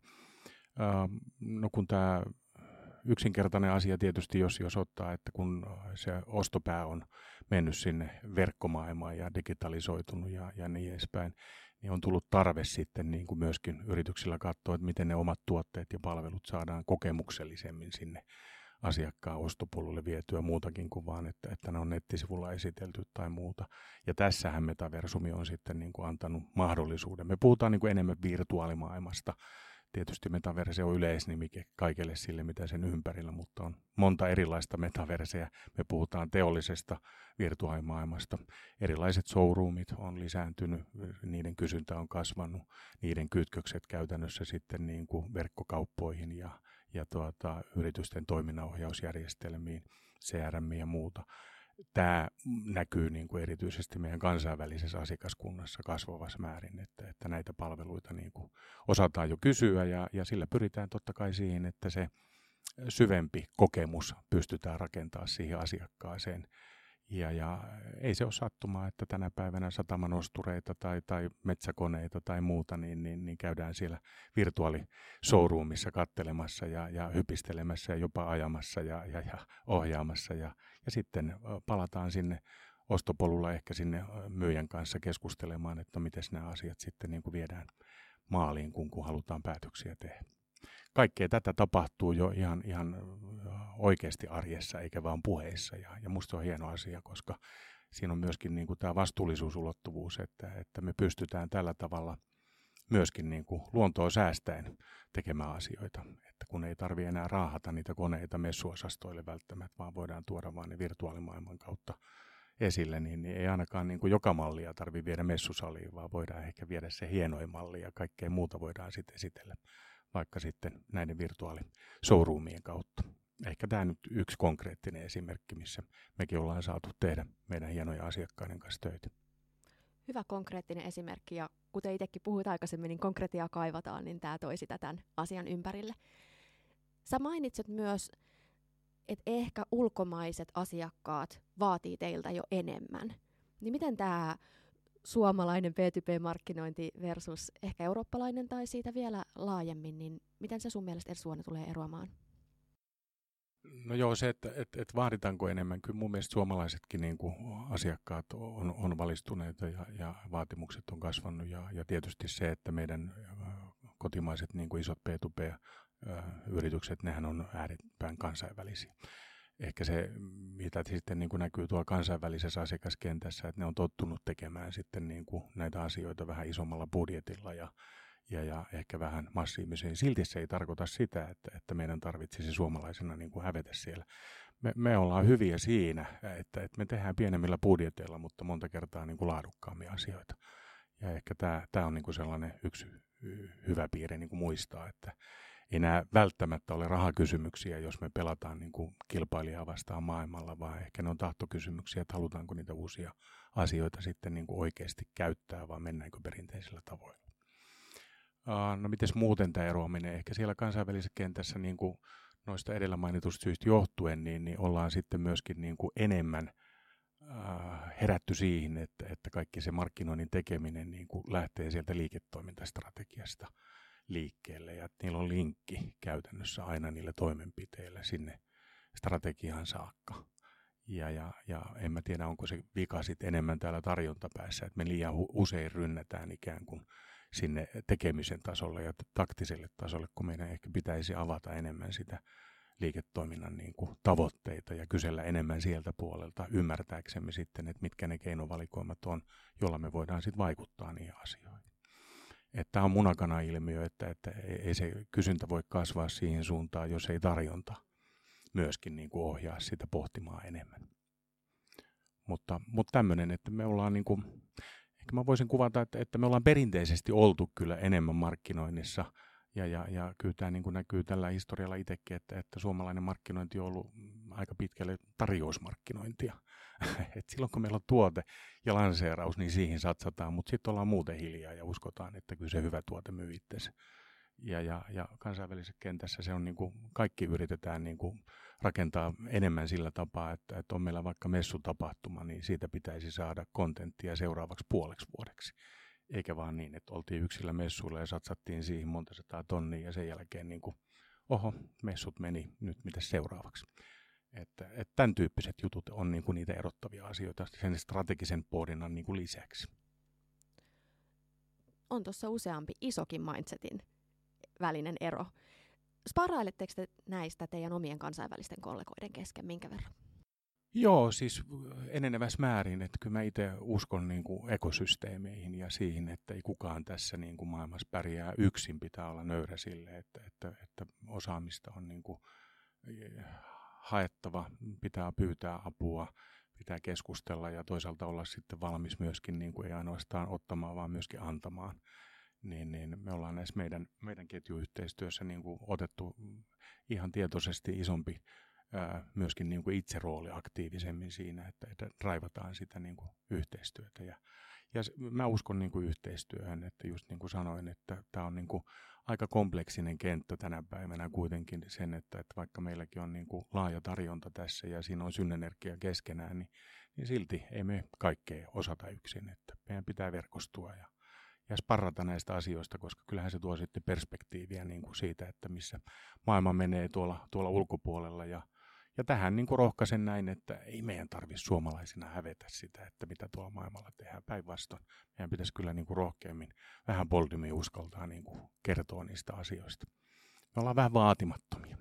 No kun tämä yksinkertainen asia tietysti, jos ottaa, että kun se ostopää on mennyt sinne verkkomaailmaan ja digitalisoitunut ja niin edespäin, niin on tullut tarve sitten niin kuin myöskin yrityksillä katsoa, että miten ne omat tuotteet ja palvelut saadaan kokemuksellisemmin sinne asiakkaan ostopolulle vietyä muutakin kuin vaan, että ne on nettisivulla esitelty tai muuta. Ja tässähän metaversumi on sitten niin kuin antanut mahdollisuuden. Me puhutaan niin kuin enemmän virtuaalimaailmasta. Tietysti metaverse on yleisnimike kaikelle sille, mitä sen ympärillä, mutta on monta erilaista metaverseä. Me puhutaan teollisesta virtuaalimaailmasta. Erilaiset showroomit on lisääntynyt, niiden kysyntä on kasvanut, niiden kytkökset käytännössä sitten niin kuin verkkokauppoihin ja yritysten toiminnanohjausjärjestelmiin, CRM ja muuta. Tämä näkyy niin kuin erityisesti meidän kansainvälisessä asiakaskunnassa kasvavassa määrin, että näitä palveluita niin kuin osataan jo kysyä ja sillä pyritään totta kai siihen, että se syvempi kokemus pystytään rakentamaan siihen asiakkaaseen. Ja ei se ole sattumaa, että tänä päivänä satamanostureita tai metsäkoneita tai muuta, niin käydään siellä virtuaali-showroomissa kattelemassa ja hypistelemässä ja jopa ajamassa ja ohjaamassa. Ja sitten palataan sinne ostopolulla ehkä sinne myyjän kanssa keskustelemaan, että miten nämä asiat sitten niin kuin viedään maaliin, kun halutaan päätöksiä tehdä. Kaikkea tätä tapahtuu jo ihan oikeasti arjessa, eikä vaan puheissa. Ja musta on hieno asia, koska siinä on myöskin niin kuin tämä vastuullisuusulottuvuus, että me pystytään tällä tavalla myöskin niin kuin luontoa säästäen tekemään asioita. Että kun ei tarvitse enää raahata niitä koneita messuosastoille välttämättä, vaan voidaan tuoda vaan ne virtuaalimaailman kautta esille, niin ei ainakaan niin kuin joka mallia tarvitse viedä messusaliin, vaan voidaan ehkä viedä se hienoin malli ja kaikkea muuta voidaan sitten esitellä, vaikka sitten näiden virtuaali-showroomien kautta. Ehkä tämä nyt yksi konkreettinen esimerkki, missä mekin ollaan saatu tehdä meidän hienoja asiakkaiden kanssa töitä. Hyvä konkreettinen esimerkki, ja kuten itsekin puhuit aikaisemmin, niin konkretiaa kaivataan, niin tämä toi sitä tämän asian ympärille. Sä mainitset myös, että ehkä ulkomaiset asiakkaat vaatii teiltä jo enemmän. Niin miten tämä suomalainen B2B-markkinointi versus ehkä eurooppalainen tai siitä vielä laajemmin, niin miten se sun mielestä Ersuone tulee eroamaan? No joo, se, että vaaditaanko enemmän, kyllä mun mielestä suomalaisetkin niin kuin asiakkaat on valistuneita ja vaatimukset on kasvanut ja tietysti se, että meidän kotimaiset niin kuin isot B2B-yritykset, nehän on ääripäin kansainvälisiä. Ehkä se, mitä sitten niin kuin näkyy tuolla kansainvälisessä asiakaskentässä, että ne on tottunut tekemään sitten niin kuin näitä asioita vähän isommalla budjetilla ja ehkä vähän massiivisiin. Silti se ei tarkoita sitä, että meidän tarvitsisi suomalaisena niin kuin hävetä siellä me ollaan hyviä siinä, että me tehdään pienemmillä budjeteilla, mutta monta kertaa niin kuin laadukkaammin asioita. Ja ehkä tämä on niin kuin sellainen yksi hyvä piirre niin kuin muistaa, että ei nämä välttämättä ole rahakysymyksiä, jos me pelataan niin kuin kilpailijaa vastaan maailmalla, vaan ehkä ne on tahtokysymyksiä, että halutaanko niitä uusia asioita sitten niin kuin oikeasti käyttää, vai mennäänkö perinteisillä tavoilla. No mites muuten tämä eroaminen? Ehkä siellä kansainvälisessä kentässä niin kuin noista edellä mainitusta syistä johtuen, niin ollaan sitten myöskin niin kuin enemmän herätty siihen, että kaikki se markkinoinnin tekeminen niin kuin lähtee sieltä liiketoimintastrategiasta liikkeelle, ja niillä on linkki käytännössä aina niille toimenpiteille sinne strategiaan saakka. Ja en mä tiedä, onko se vika sitten enemmän täällä tarjontapäässä, että me liian usein rynnätään ikään kuin sinne tekemisen tasolle ja taktiselle tasolle, kun meidän ehkä pitäisi avata enemmän sitä liiketoiminnan niin kuin tavoitteita ja kysellä enemmän sieltä puolelta ymmärtääksemme sitten, että mitkä ne keinovalikoimat on, jolla me voidaan sitten vaikuttaa niihin asioihin. Tämä on munakana-ilmiö, että ei se kysyntä voi kasvaa siihen suuntaan, jos ei tarjonta myöskin niin kuin ohjaa sitä pohtimaan enemmän. Mutta tämmöinen, että me ollaan, niin kuin, ehkä mä voisin kuvata, että me ollaan perinteisesti oltu kyllä enemmän markkinoinnissa, ja kyllä tämä niin kuin näkyy tällä historialla itsekin, että suomalainen markkinointi on ollut aika pitkälle tarjousmarkkinointia. Et silloin kun meillä on tuote ja lanseeraus, niin siihen satsataan, mutta sitten ollaan muuten hiljaa ja uskotaan, että kyllä se hyvä tuote myy itsensä. Ja kansainvälisessä kentässä se on niin kuin, kaikki yritetään niin kuin rakentaa enemmän sillä tapaa, että on meillä vaikka messutapahtuma, niin siitä pitäisi saada kontenttia seuraavaksi puoleksi vuodeksi. Eikä vaan niin, että oltiin yksillä messuilla ja satsattiin siihen monta sataa tonnia ja sen jälkeen niin kuin, messut meni, nyt mitä seuraavaksi. Että tämän tyyppiset jutut on niin kuin niitä erottavia asioita sen strategisen pohdinnan niin kuin lisäksi. On tuossa useampi isokin mindsetin välinen ero. Sparailetteko te näistä teidän omien kansainvälisten kollegoiden kesken minkä verran? Joo, siis enenevässä määrin, että kyllä mä itse uskon niin kuin ekosysteemeihin ja siihen, että ei kukaan tässä niin kuin maailmassa pärjää yksin, pitää olla nöyrä sille, että osaamista on niin kuin haettava, pitää pyytää apua, pitää keskustella ja toisaalta olla sitten valmis myöskin niin kuin ei ainoastaan ottamaan, vaan myöskin antamaan. Niin me ollaan näissä meidän ketjuyhteistyössä niin kuin otettu ihan tietoisesti isompi myöskin niin kuin itserooli aktiivisemmin siinä, että draivataan sitä niin kuin yhteistyötä. Ja mä uskon niin kuin yhteistyöhön, että just niin kuin sanoin, että tämä on niin kuin aika kompleksinen kenttä tänä päivänä kuitenkin sen, että vaikka meilläkin on niin kuin laaja tarjonta tässä ja siinä on synergia keskenään, niin silti ei me kaikkea osata yksin, että meidän pitää verkostua ja sparrata näistä asioista, koska kyllähän se tuo sitten perspektiiviä niin kuin siitä, että missä maailma menee tuolla ulkopuolella. Ja tähän niin kuin rohkaisen näin, että ei meidän tarvitse suomalaisina hävetä sitä, että mitä tuolla maailmalla tehdään. Päinvastoin meidän pitäisi kyllä niin kuin rohkeammin, vähän boldimmin uskaltaa niin kuin kertoa niistä asioista. Me ollaan vähän vaatimattomia.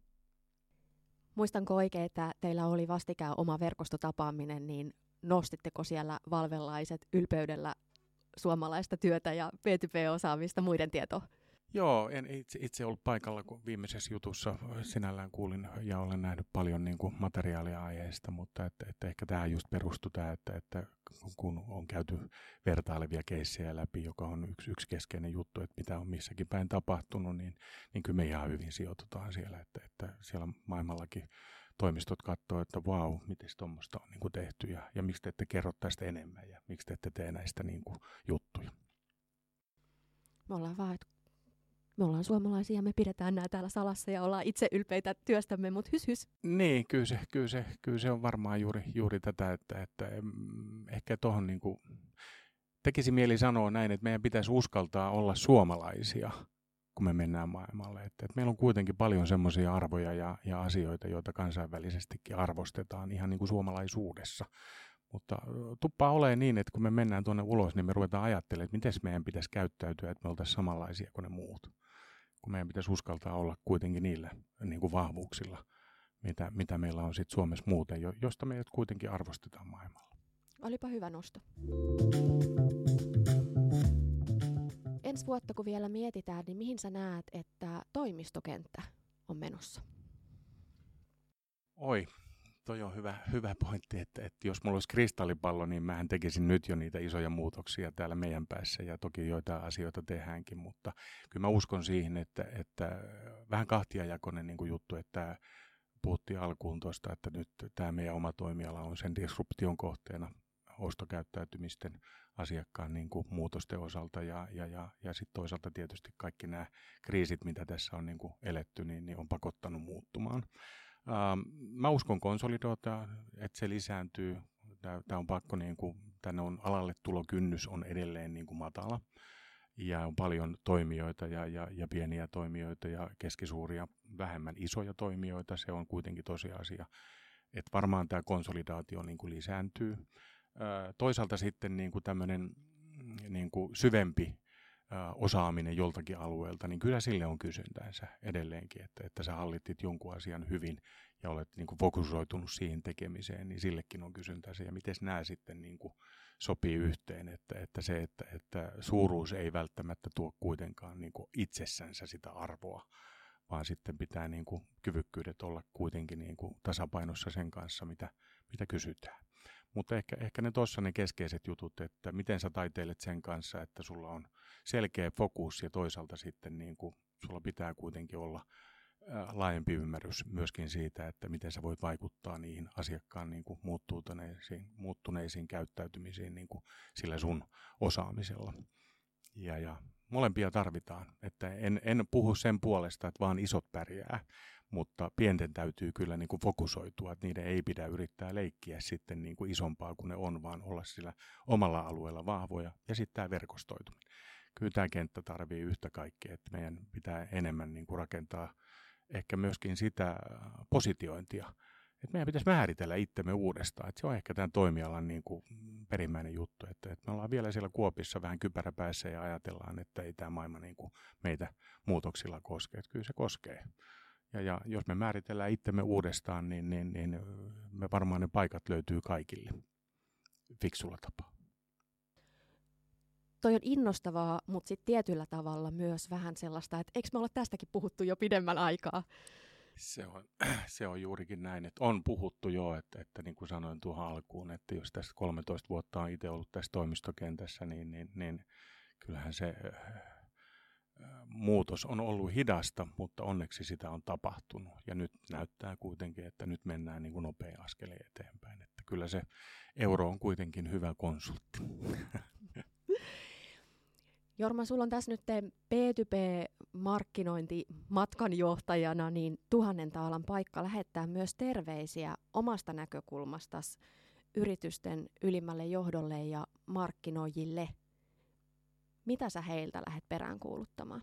Muistanko oikein, että teillä oli vastikään oma verkostotapaaminen, niin nostitteko siellä valvelaiset ylpeydellä suomalaista työtä ja B2B-osaamista muiden tietoon? Joo, en itse ollut paikalla, kun viimeisessä jutussa sinällään kuulin ja olen nähnyt paljon niin kuin materiaalia aiheesta, mutta että ehkä tähän just perustui tämä, että kun on käyty vertailevia keissejä läpi, joka on yksi keskeinen juttu, että mitä on missäkin päin tapahtunut, niin kyllä me ihan hyvin sijoitutaan siellä, että siellä maailmallakin toimistot katsoo, että vau, miten tuommoista on niin kuin tehty ja miksi te ette kerro tästä enemmän ja miksi te ette tee näistä niin kuin juttuja. Me ollaan suomalaisia ja me pidetään nämä täällä salassa ja ollaan itse ylpeitä työstämme, mutta hys. Niin, kyllä se on varmaan juuri tätä, että ehkä tuohon niin kuin tekisi mieli sanoa näin, että meidän pitäisi uskaltaa olla suomalaisia, kun me mennään maailmalle. Että meillä on kuitenkin paljon semmoisia arvoja ja asioita, joita kansainvälisestikin arvostetaan ihan niin kuin suomalaisuudessa. Mutta tuppaa olemaan niin, että kun me mennään tuonne ulos, niin me ruvetaan ajattelemaan, että miten meidän pitäisi käyttäytyä, että me oltaisiin samanlaisia kuin ne muut. Kun meidän pitäisi uskaltaa olla kuitenkin niillä niin kuin vahvuuksilla, mitä meillä on sitten Suomessa muuten, josta meidät kuitenkin arvostetaan maailmalla. Olipa hyvä nosto. Ensi vuotta kun vielä mietitään, niin mihin sä näet, että toimistokenttä on menossa? toi on hyvä pointti, että jos mulla olisi kristallipallo, niin mähän tekisin nyt jo niitä isoja muutoksia täällä meidän päässä, ja toki joitain asioita tehdäänkin, mutta kyllä mä uskon siihen, että vähän kahtiajakoinen niin kuin juttu, että puhuttiin alkuun tuosta, että nyt tämä meidän oma toimiala on sen disruption kohteena ostokäyttäytymisten asiakkaan niin kuin muutosten osalta ja sitten toisaalta tietysti kaikki nämä kriisit, mitä tässä on niin kuin eletty, niin on pakottanut muuttumaan. Mä uskon konsolidoota, että se lisääntyy. Tämä on pakko, niin kuin, tänne on alalle tulokynnys on edelleen niin kuin matala. Ja on paljon toimijoita ja pieniä toimijoita ja keskisuuria, vähemmän isoja toimijoita. Se on kuitenkin tosiasia, että varmaan tämä konsolidaatio niin kuin lisääntyy. Toisaalta sitten niin kuin tämmöinen niin kuin syvempi osaaminen joltakin alueelta, niin kyllä sille on kysyntänsä edelleenkin, että sä hallitit jonkun asian hyvin ja olet niin kuin fokusoitunut siihen tekemiseen, niin sillekin on kysyntänsä. Ja miten nämä sitten niin kuin sopii yhteen, että suuruus ei välttämättä tuo kuitenkaan niin kuin itsessänsä sitä arvoa, vaan sitten pitää niin kuin kyvykkyydet olla kuitenkin niin kuin tasapainossa sen kanssa, mitä kysytään. Mutta ehkä ne tuossa ne keskeiset jutut, että miten sä taiteilet sen kanssa, että sulla on selkeä fokus ja toisaalta sitten niin kuin sulla pitää kuitenkin olla laajempi ymmärrys myöskin siitä, että miten sä voit vaikuttaa niihin asiakkaan niin kuin muuttuneisiin käyttäytymisiin niin kuin sillä sun osaamisella. Ja molempia tarvitaan. Että en puhu sen puolesta, että vaan isot pärjää, mutta pienten täytyy kyllä niin kuin fokusoitua, että niiden ei pidä yrittää leikkiä sitten niin kuin isompaa kuin ne on, vaan olla sillä omalla alueella vahvoja. Ja sitten tämä verkostoituminen. Kyllä tämä kenttä tarvii yhtä kaikkea, että meidän pitää enemmän niin kuin rakentaa ehkä myöskin sitä positiointia, että meidän pitäisi määritellä itsemme uudestaan. Että se on ehkä tämän toimialan niin kuin perimmäinen juttu, että me ollaan vielä siellä kuopissa vähän kypäräpäässä ja ajatellaan, että ei tämä maailma niin kuin meitä muutoksilla koske. Että kyllä se koskee. Ja jos me määritellään itsemme uudestaan, niin me varmaan ne paikat löytyy kaikille fiksulla tapaa. Toi on innostavaa, mutta sitten tietyllä tavalla myös vähän sellaista, että eikö me olla tästäkin puhuttu jo pidemmän aikaa? Se on juurikin näin, että on puhuttu jo, että niin kuin sanoin tuohon alkuun, että jos tässä 13 vuotta on itse ollut tässä toimistokentässä, niin kyllähän se muutos on ollut hidasta, mutta onneksi sitä on tapahtunut. Ja nyt näyttää kuitenkin, että nyt mennään niin kuin nopea askeleen eteenpäin. Että kyllä se euro on kuitenkin hyvä konsultti. Jorma, sulla on tässä nyt B2B-markkinointimatkanjohtajana niin 1000 taalan paikka lähettää myös terveisiä omasta näkökulmastasi yritysten ylimmälle johdolle ja markkinoijille. Mitä sä heiltä lähdet peräänkuuluttamaan?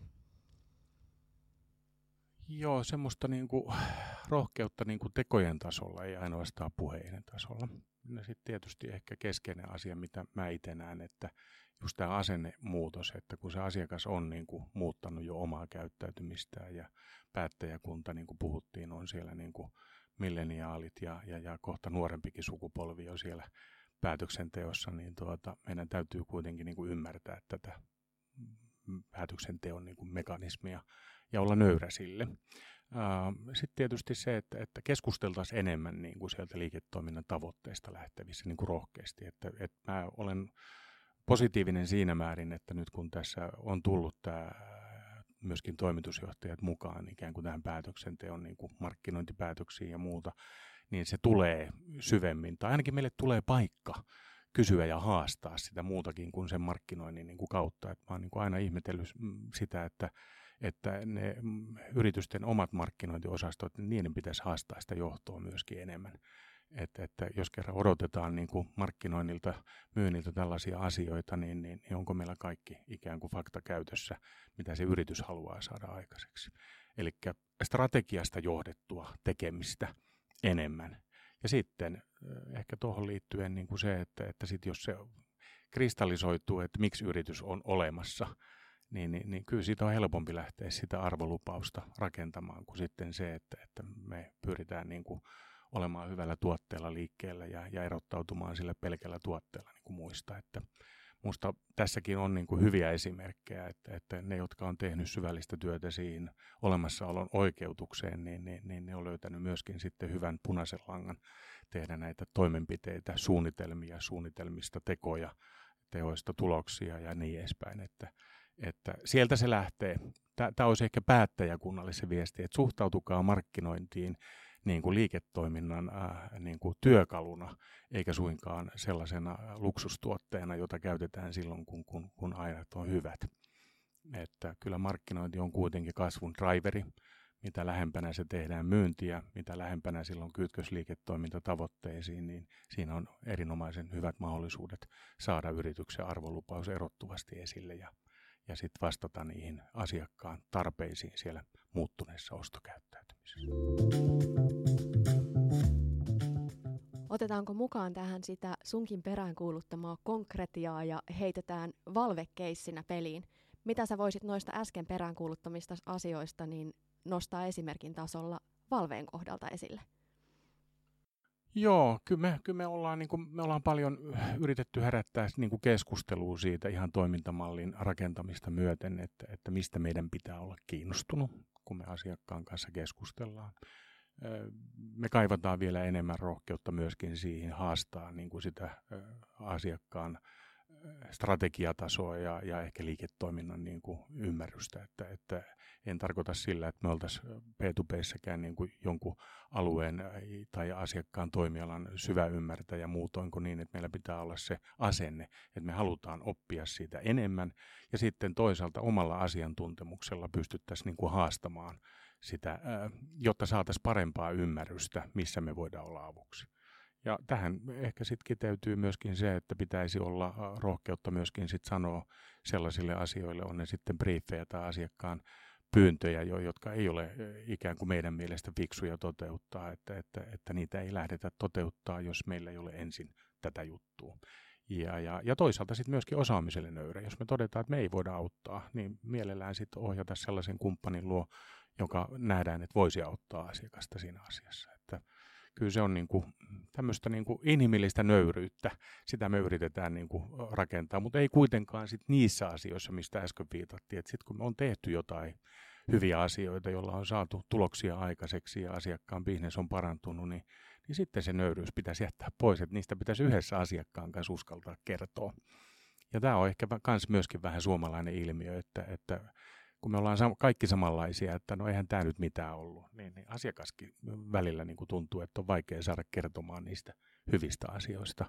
Joo, semmoista niinku rohkeutta niinku tekojen tasolla, ei ainoastaan puheiden tasolla. Ja sitten tietysti ehkä keskeinen asia, mitä mä itse näen, että just tämä asennemuutos, että kun se asiakas on niinku muuttanut jo omaa käyttäytymistään ja päättäjäkunta, niin kuin puhuttiin, on siellä niinku milleniaalit ja kohta nuorempikin sukupolvi jo siellä päätöksenteossa, niin meidän täytyy kuitenkin niinku ymmärtää tätä päätöksenteon niinku mekanismia ja olla nöyrä sille. Sitten tietysti se, että keskusteltaisiin enemmän niin kuin sieltä liiketoiminnan tavoitteista lähtevissä niin kuin rohkeasti. Että mä olen positiivinen siinä määrin, että nyt kun tässä on tullut tämä myöskin toimitusjohtajat mukaan ikään kuin tähän päätöksenteon niin kuin markkinointipäätöksiin ja muuta, niin se tulee syvemmin. Tai ainakin meille tulee paikka kysyä ja haastaa sitä muutakin kuin sen markkinoinnin niin kuin kautta. Et mä oon niin kuin aina ihmetellyt sitä, että ne yritysten omat markkinointiosastot, niin niiden pitäisi haastaa sitä johtoa myöskin enemmän. Että jos kerran odotetaan niin kuin markkinoinnilta, myynniltä tällaisia asioita, niin onko meillä kaikki ikään kuin fakta käytössä, mitä se yritys haluaa saada aikaiseksi. Eli strategiasta johdettua tekemistä enemmän. Ja sitten ehkä tuohon liittyen niin kuin se, että sit jos se kristallisoituu, että miksi yritys on olemassa, niin kyllä siitä on helpompi lähteä sitä arvolupausta rakentamaan kuin sitten se, että me pyritään niin kuin olemaan hyvällä tuotteella liikkeellä ja erottautumaan sillä pelkällä tuotteella niin kuin muista. Että musta tässäkin on niin kuin hyviä esimerkkejä, että ne, jotka on tehnyt syvällistä työtä siihen olemassaolon oikeutukseen, niin ne on löytänyt myöskin sitten hyvän punaisen langan tehdä näitä toimenpiteitä, suunnitelmia, suunnitelmista tekoja, teoista tuloksia ja niin edespäin. Että sieltä se lähtee. Tämä olisi ehkä päättäjäkunnalle se viesti, että suhtautukaa markkinointiin niin kuin liiketoiminnan niin kuin työkaluna, eikä suinkaan sellaisena luksustuotteena, jota käytetään silloin, kun aineet on hyvät. Että kyllä markkinointi on kuitenkin kasvun driveri. Mitä lähempänä se tehdään myyntiä, mitä lähempänä silloin kytkösliiketoimintatavoitteisiin, niin siinä on erinomaisen hyvät mahdollisuudet saada yrityksen arvolupaus erottuvasti esille ja sitten vastata niihin asiakkaan tarpeisiin siellä muuttuneessa ostokäyttäytymisessä. Otetaanko mukaan tähän sitä sunkin peräänkuuluttamaa konkretiaa ja heitetään valvekeissinä peliin? Mitä sä voisit noista äsken peräänkuuluttamista asioista niin nostaa esimerkin tasolla Valveen kohdalta esille? Joo, kyllä me ollaan paljon yritetty herättää keskustelua siitä ihan toimintamallin rakentamista myöten, että mistä meidän pitää olla kiinnostunut, kun me asiakkaan kanssa keskustellaan. Me kaivataan vielä enemmän rohkeutta myöskin siihen haastaa sitä asiakkaan strategiatasoa ja ehkä liiketoiminnan ymmärrystä, että en tarkoita sillä, että me oltaisiin P2P:ssäkään jonkun alueen tai asiakkaan toimialan syvä ymmärtäjä muutoin kuin niin, että meillä pitää olla se asenne, että me halutaan oppia siitä enemmän ja sitten toisaalta omalla asiantuntemuksella pystyttäisiin haastamaan sitä, jotta saataisiin parempaa ymmärrystä, missä me voidaan olla avuksi. Ja tähän ehkä sitten kiteytyy myöskin se, että pitäisi olla rohkeutta myöskin sit sanoa sellaisille asioille, on ne sitten briefejä tai asiakkaan pyyntöjä, jotka ei ole ikään kuin meidän mielestä fiksuja toteuttaa, että niitä ei lähdetä toteuttaa, jos meillä ei ole ensin tätä juttua. Ja toisaalta sitten myöskin osaamiselle nöyrä. Jos me todetaan, että me ei voida auttaa, niin mielellään sitten ohjata sellaisen kumppanin luo, joka nähdään, että voisi auttaa asiakasta siinä asiassa. Että kyllä se on tämmöistä inhimillistä nöyryyttä, sitä me yritetään rakentaa, mutta ei kuitenkaan sit niissä asioissa, mistä äsken viitattiin, että sitten kun me on tehty jotain hyviä asioita, joilla on saatu tuloksia aikaiseksi ja asiakkaan business on parantunut, niin sitten se nöyryys pitäisi jättää pois, että niistä pitäisi yhdessä asiakkaan kanssa uskaltaa kertoa. Ja tämä on ehkä myöskin vähän suomalainen ilmiö, että kun me ollaan kaikki samanlaisia, että no eihän tämä nyt mitään ollut, niin asiakaskin välillä tuntuu, että on vaikea saada kertomaan niistä hyvistä asioista.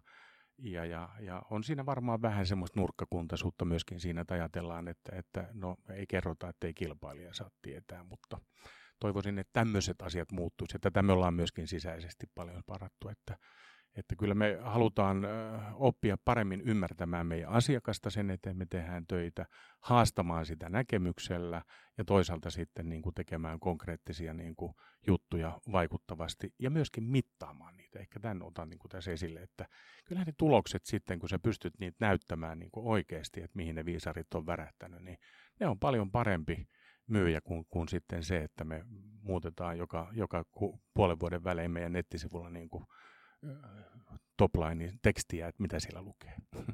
Ja on siinä varmaan vähän semmoista nurkkakuntaisuutta myöskin siinä, että ajatellaan, että no ei kerrota, että ei kilpailija saa tietää, mutta toivoisin, että tämmöiset asiat muuttuisi. Ja tätä me ollaan myöskin sisäisesti paljon parattu, että kyllä me halutaan oppia paremmin ymmärtämään meidän asiakasta sen eteen, me tehdään töitä, haastamaan sitä näkemyksellä ja toisaalta sitten tekemään konkreettisia juttuja vaikuttavasti ja myöskin mittaamaan niitä. Ehkä tämän otan tässä esille, että kyllä ne tulokset sitten, kun sä pystyt niitä näyttämään oikeasti, että mihin ne viisarit on värähtänyt, niin ne on paljon parempi myyjä kuin sitten se, että me muutetaan joka puolen vuoden välein meidän nettisivulla topline tekstiä, että mitä siellä lukee.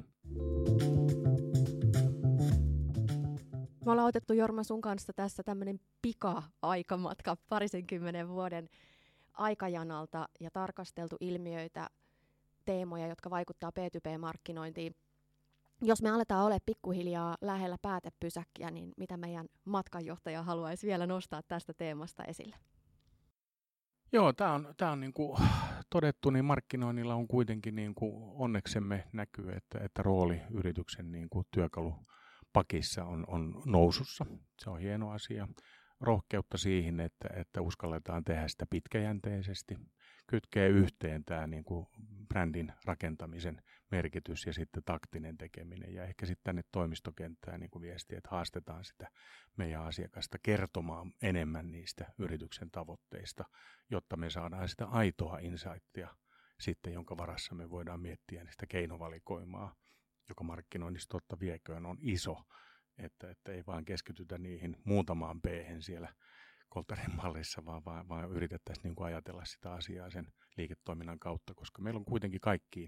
Me ollaan otettu Jorma sun kanssa tässä tämmöinen pika-aikamatka 20 vuoden aikajanalta ja tarkasteltu ilmiöitä, teemoja, jotka vaikuttaa P2P-markkinointiin. Jos me aletaan olemaan pikkuhiljaa lähellä päätepysäkkiä, niin mitä meidän matkanjohtaja haluaisi vielä nostaa tästä teemasta esille? Joo, tämä on todettu, niin markkinoinnilla on kuitenkin onneksemme näkyy, että rooli yrityksen työkalupakissa on nousussa. Se on hieno asia. Rohkeutta siihen, että uskalletaan tehdä sitä pitkäjänteisesti. Kytkee yhteen tämä brändin rakentamisen merkitys ja sitten taktinen tekeminen. Ja ehkä sitten tänne toimistokenttään viestiä, että haastetaan sitä meidän asiakasta kertomaan enemmän niistä yrityksen tavoitteista, jotta me saadaan sitä aitoa insightia sitten, jonka varassa me voidaan miettiä niistä keinovalikoimaa, joka markkinoinnista totta vieköön on iso, että ei vaan keskitytä niihin muutamaan P-hen siellä Koltarin mallissa, vaan yritettäisiin ajatella sitä asiaa sen liiketoiminnan kautta, koska meillä on kuitenkin kaikkiin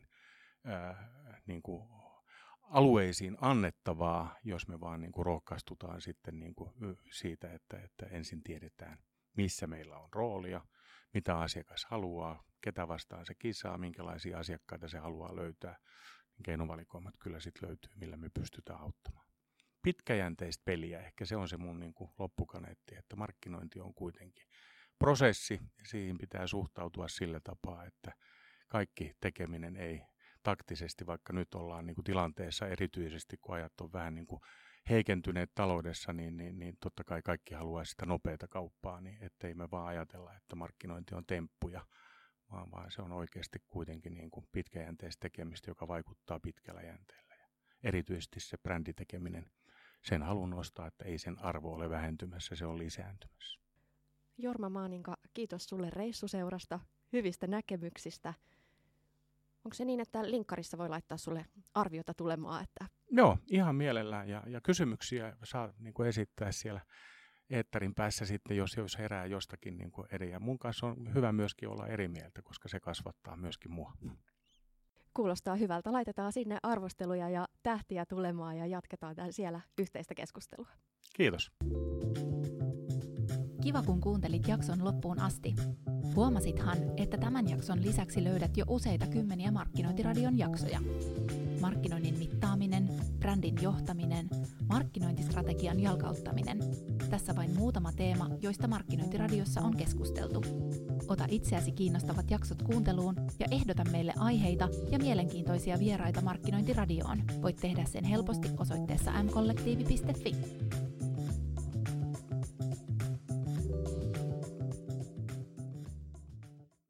alueisiin annettavaa, jos me vaan rohkaistutaan sitten siitä, että ensin tiedetään, missä meillä on roolia, mitä asiakas haluaa, ketä vastaan se kisaa, minkälaisia asiakkaita se haluaa löytää. Keinovalikoimat kyllä sitten löytyy, millä me pystytään auttamaan. Pitkäjänteistä peliä, ehkä se on se mun niin kuin loppukaneetti, että markkinointi on kuitenkin prosessi ja siihen pitää suhtautua sillä tapaa, että kaikki tekeminen ei taktisesti, vaikka nyt ollaan niin kuin tilanteessa erityisesti, kun ajat on vähän niin kuin heikentyneet taloudessa, niin totta kai kaikki haluaa sitä nopeata kauppaa, niin ettei me vaan ajatella, että markkinointi on temppuja, vaan se on oikeasti kuitenkin niin kuin pitkäjänteistä tekemistä, joka vaikuttaa pitkällä jänteellä. Ja erityisesti se bränditekeminen, sen haluan nostaa, että ei sen arvo ole vähentymässä, se on lisääntymässä. Jorma Maaninka, kiitos sulle reissuseurasta, hyvistä näkemyksistä. Onko se niin, että linkkarissa voi laittaa sulle arviota tulemaan? Että... Joo, ihan mielellään. Ja kysymyksiä saa niin kuin esittää siellä eetterin päässä sitten, jos herää jostakin niin kuin eri. Ja mun kanssa on hyvä myöskin olla eri mieltä, koska se kasvattaa myöskin mua. Kuulostaa hyvältä. Laitetaan sinne arvosteluja ja tähtiä tulemaan ja jatketaan siellä yhteistä keskustelua. Kiitos. Kiva, kun kuuntelit jakson loppuun asti. Huomasithan, että tämän jakson lisäksi löydät jo useita kymmeniä Markkinointiradion jaksoja. Markkinoinnin mittaaminen, brändin johtaminen, markkinointistrategian jalkauttaminen. Tässä vain muutama teema, joista Markkinointiradiossa on keskusteltu. Ota itseäsi kiinnostavat jaksot kuunteluun ja ehdota meille aiheita ja mielenkiintoisia vieraita Markkinointiradioon. Voit tehdä sen helposti osoitteessa mkollektiivi.fi.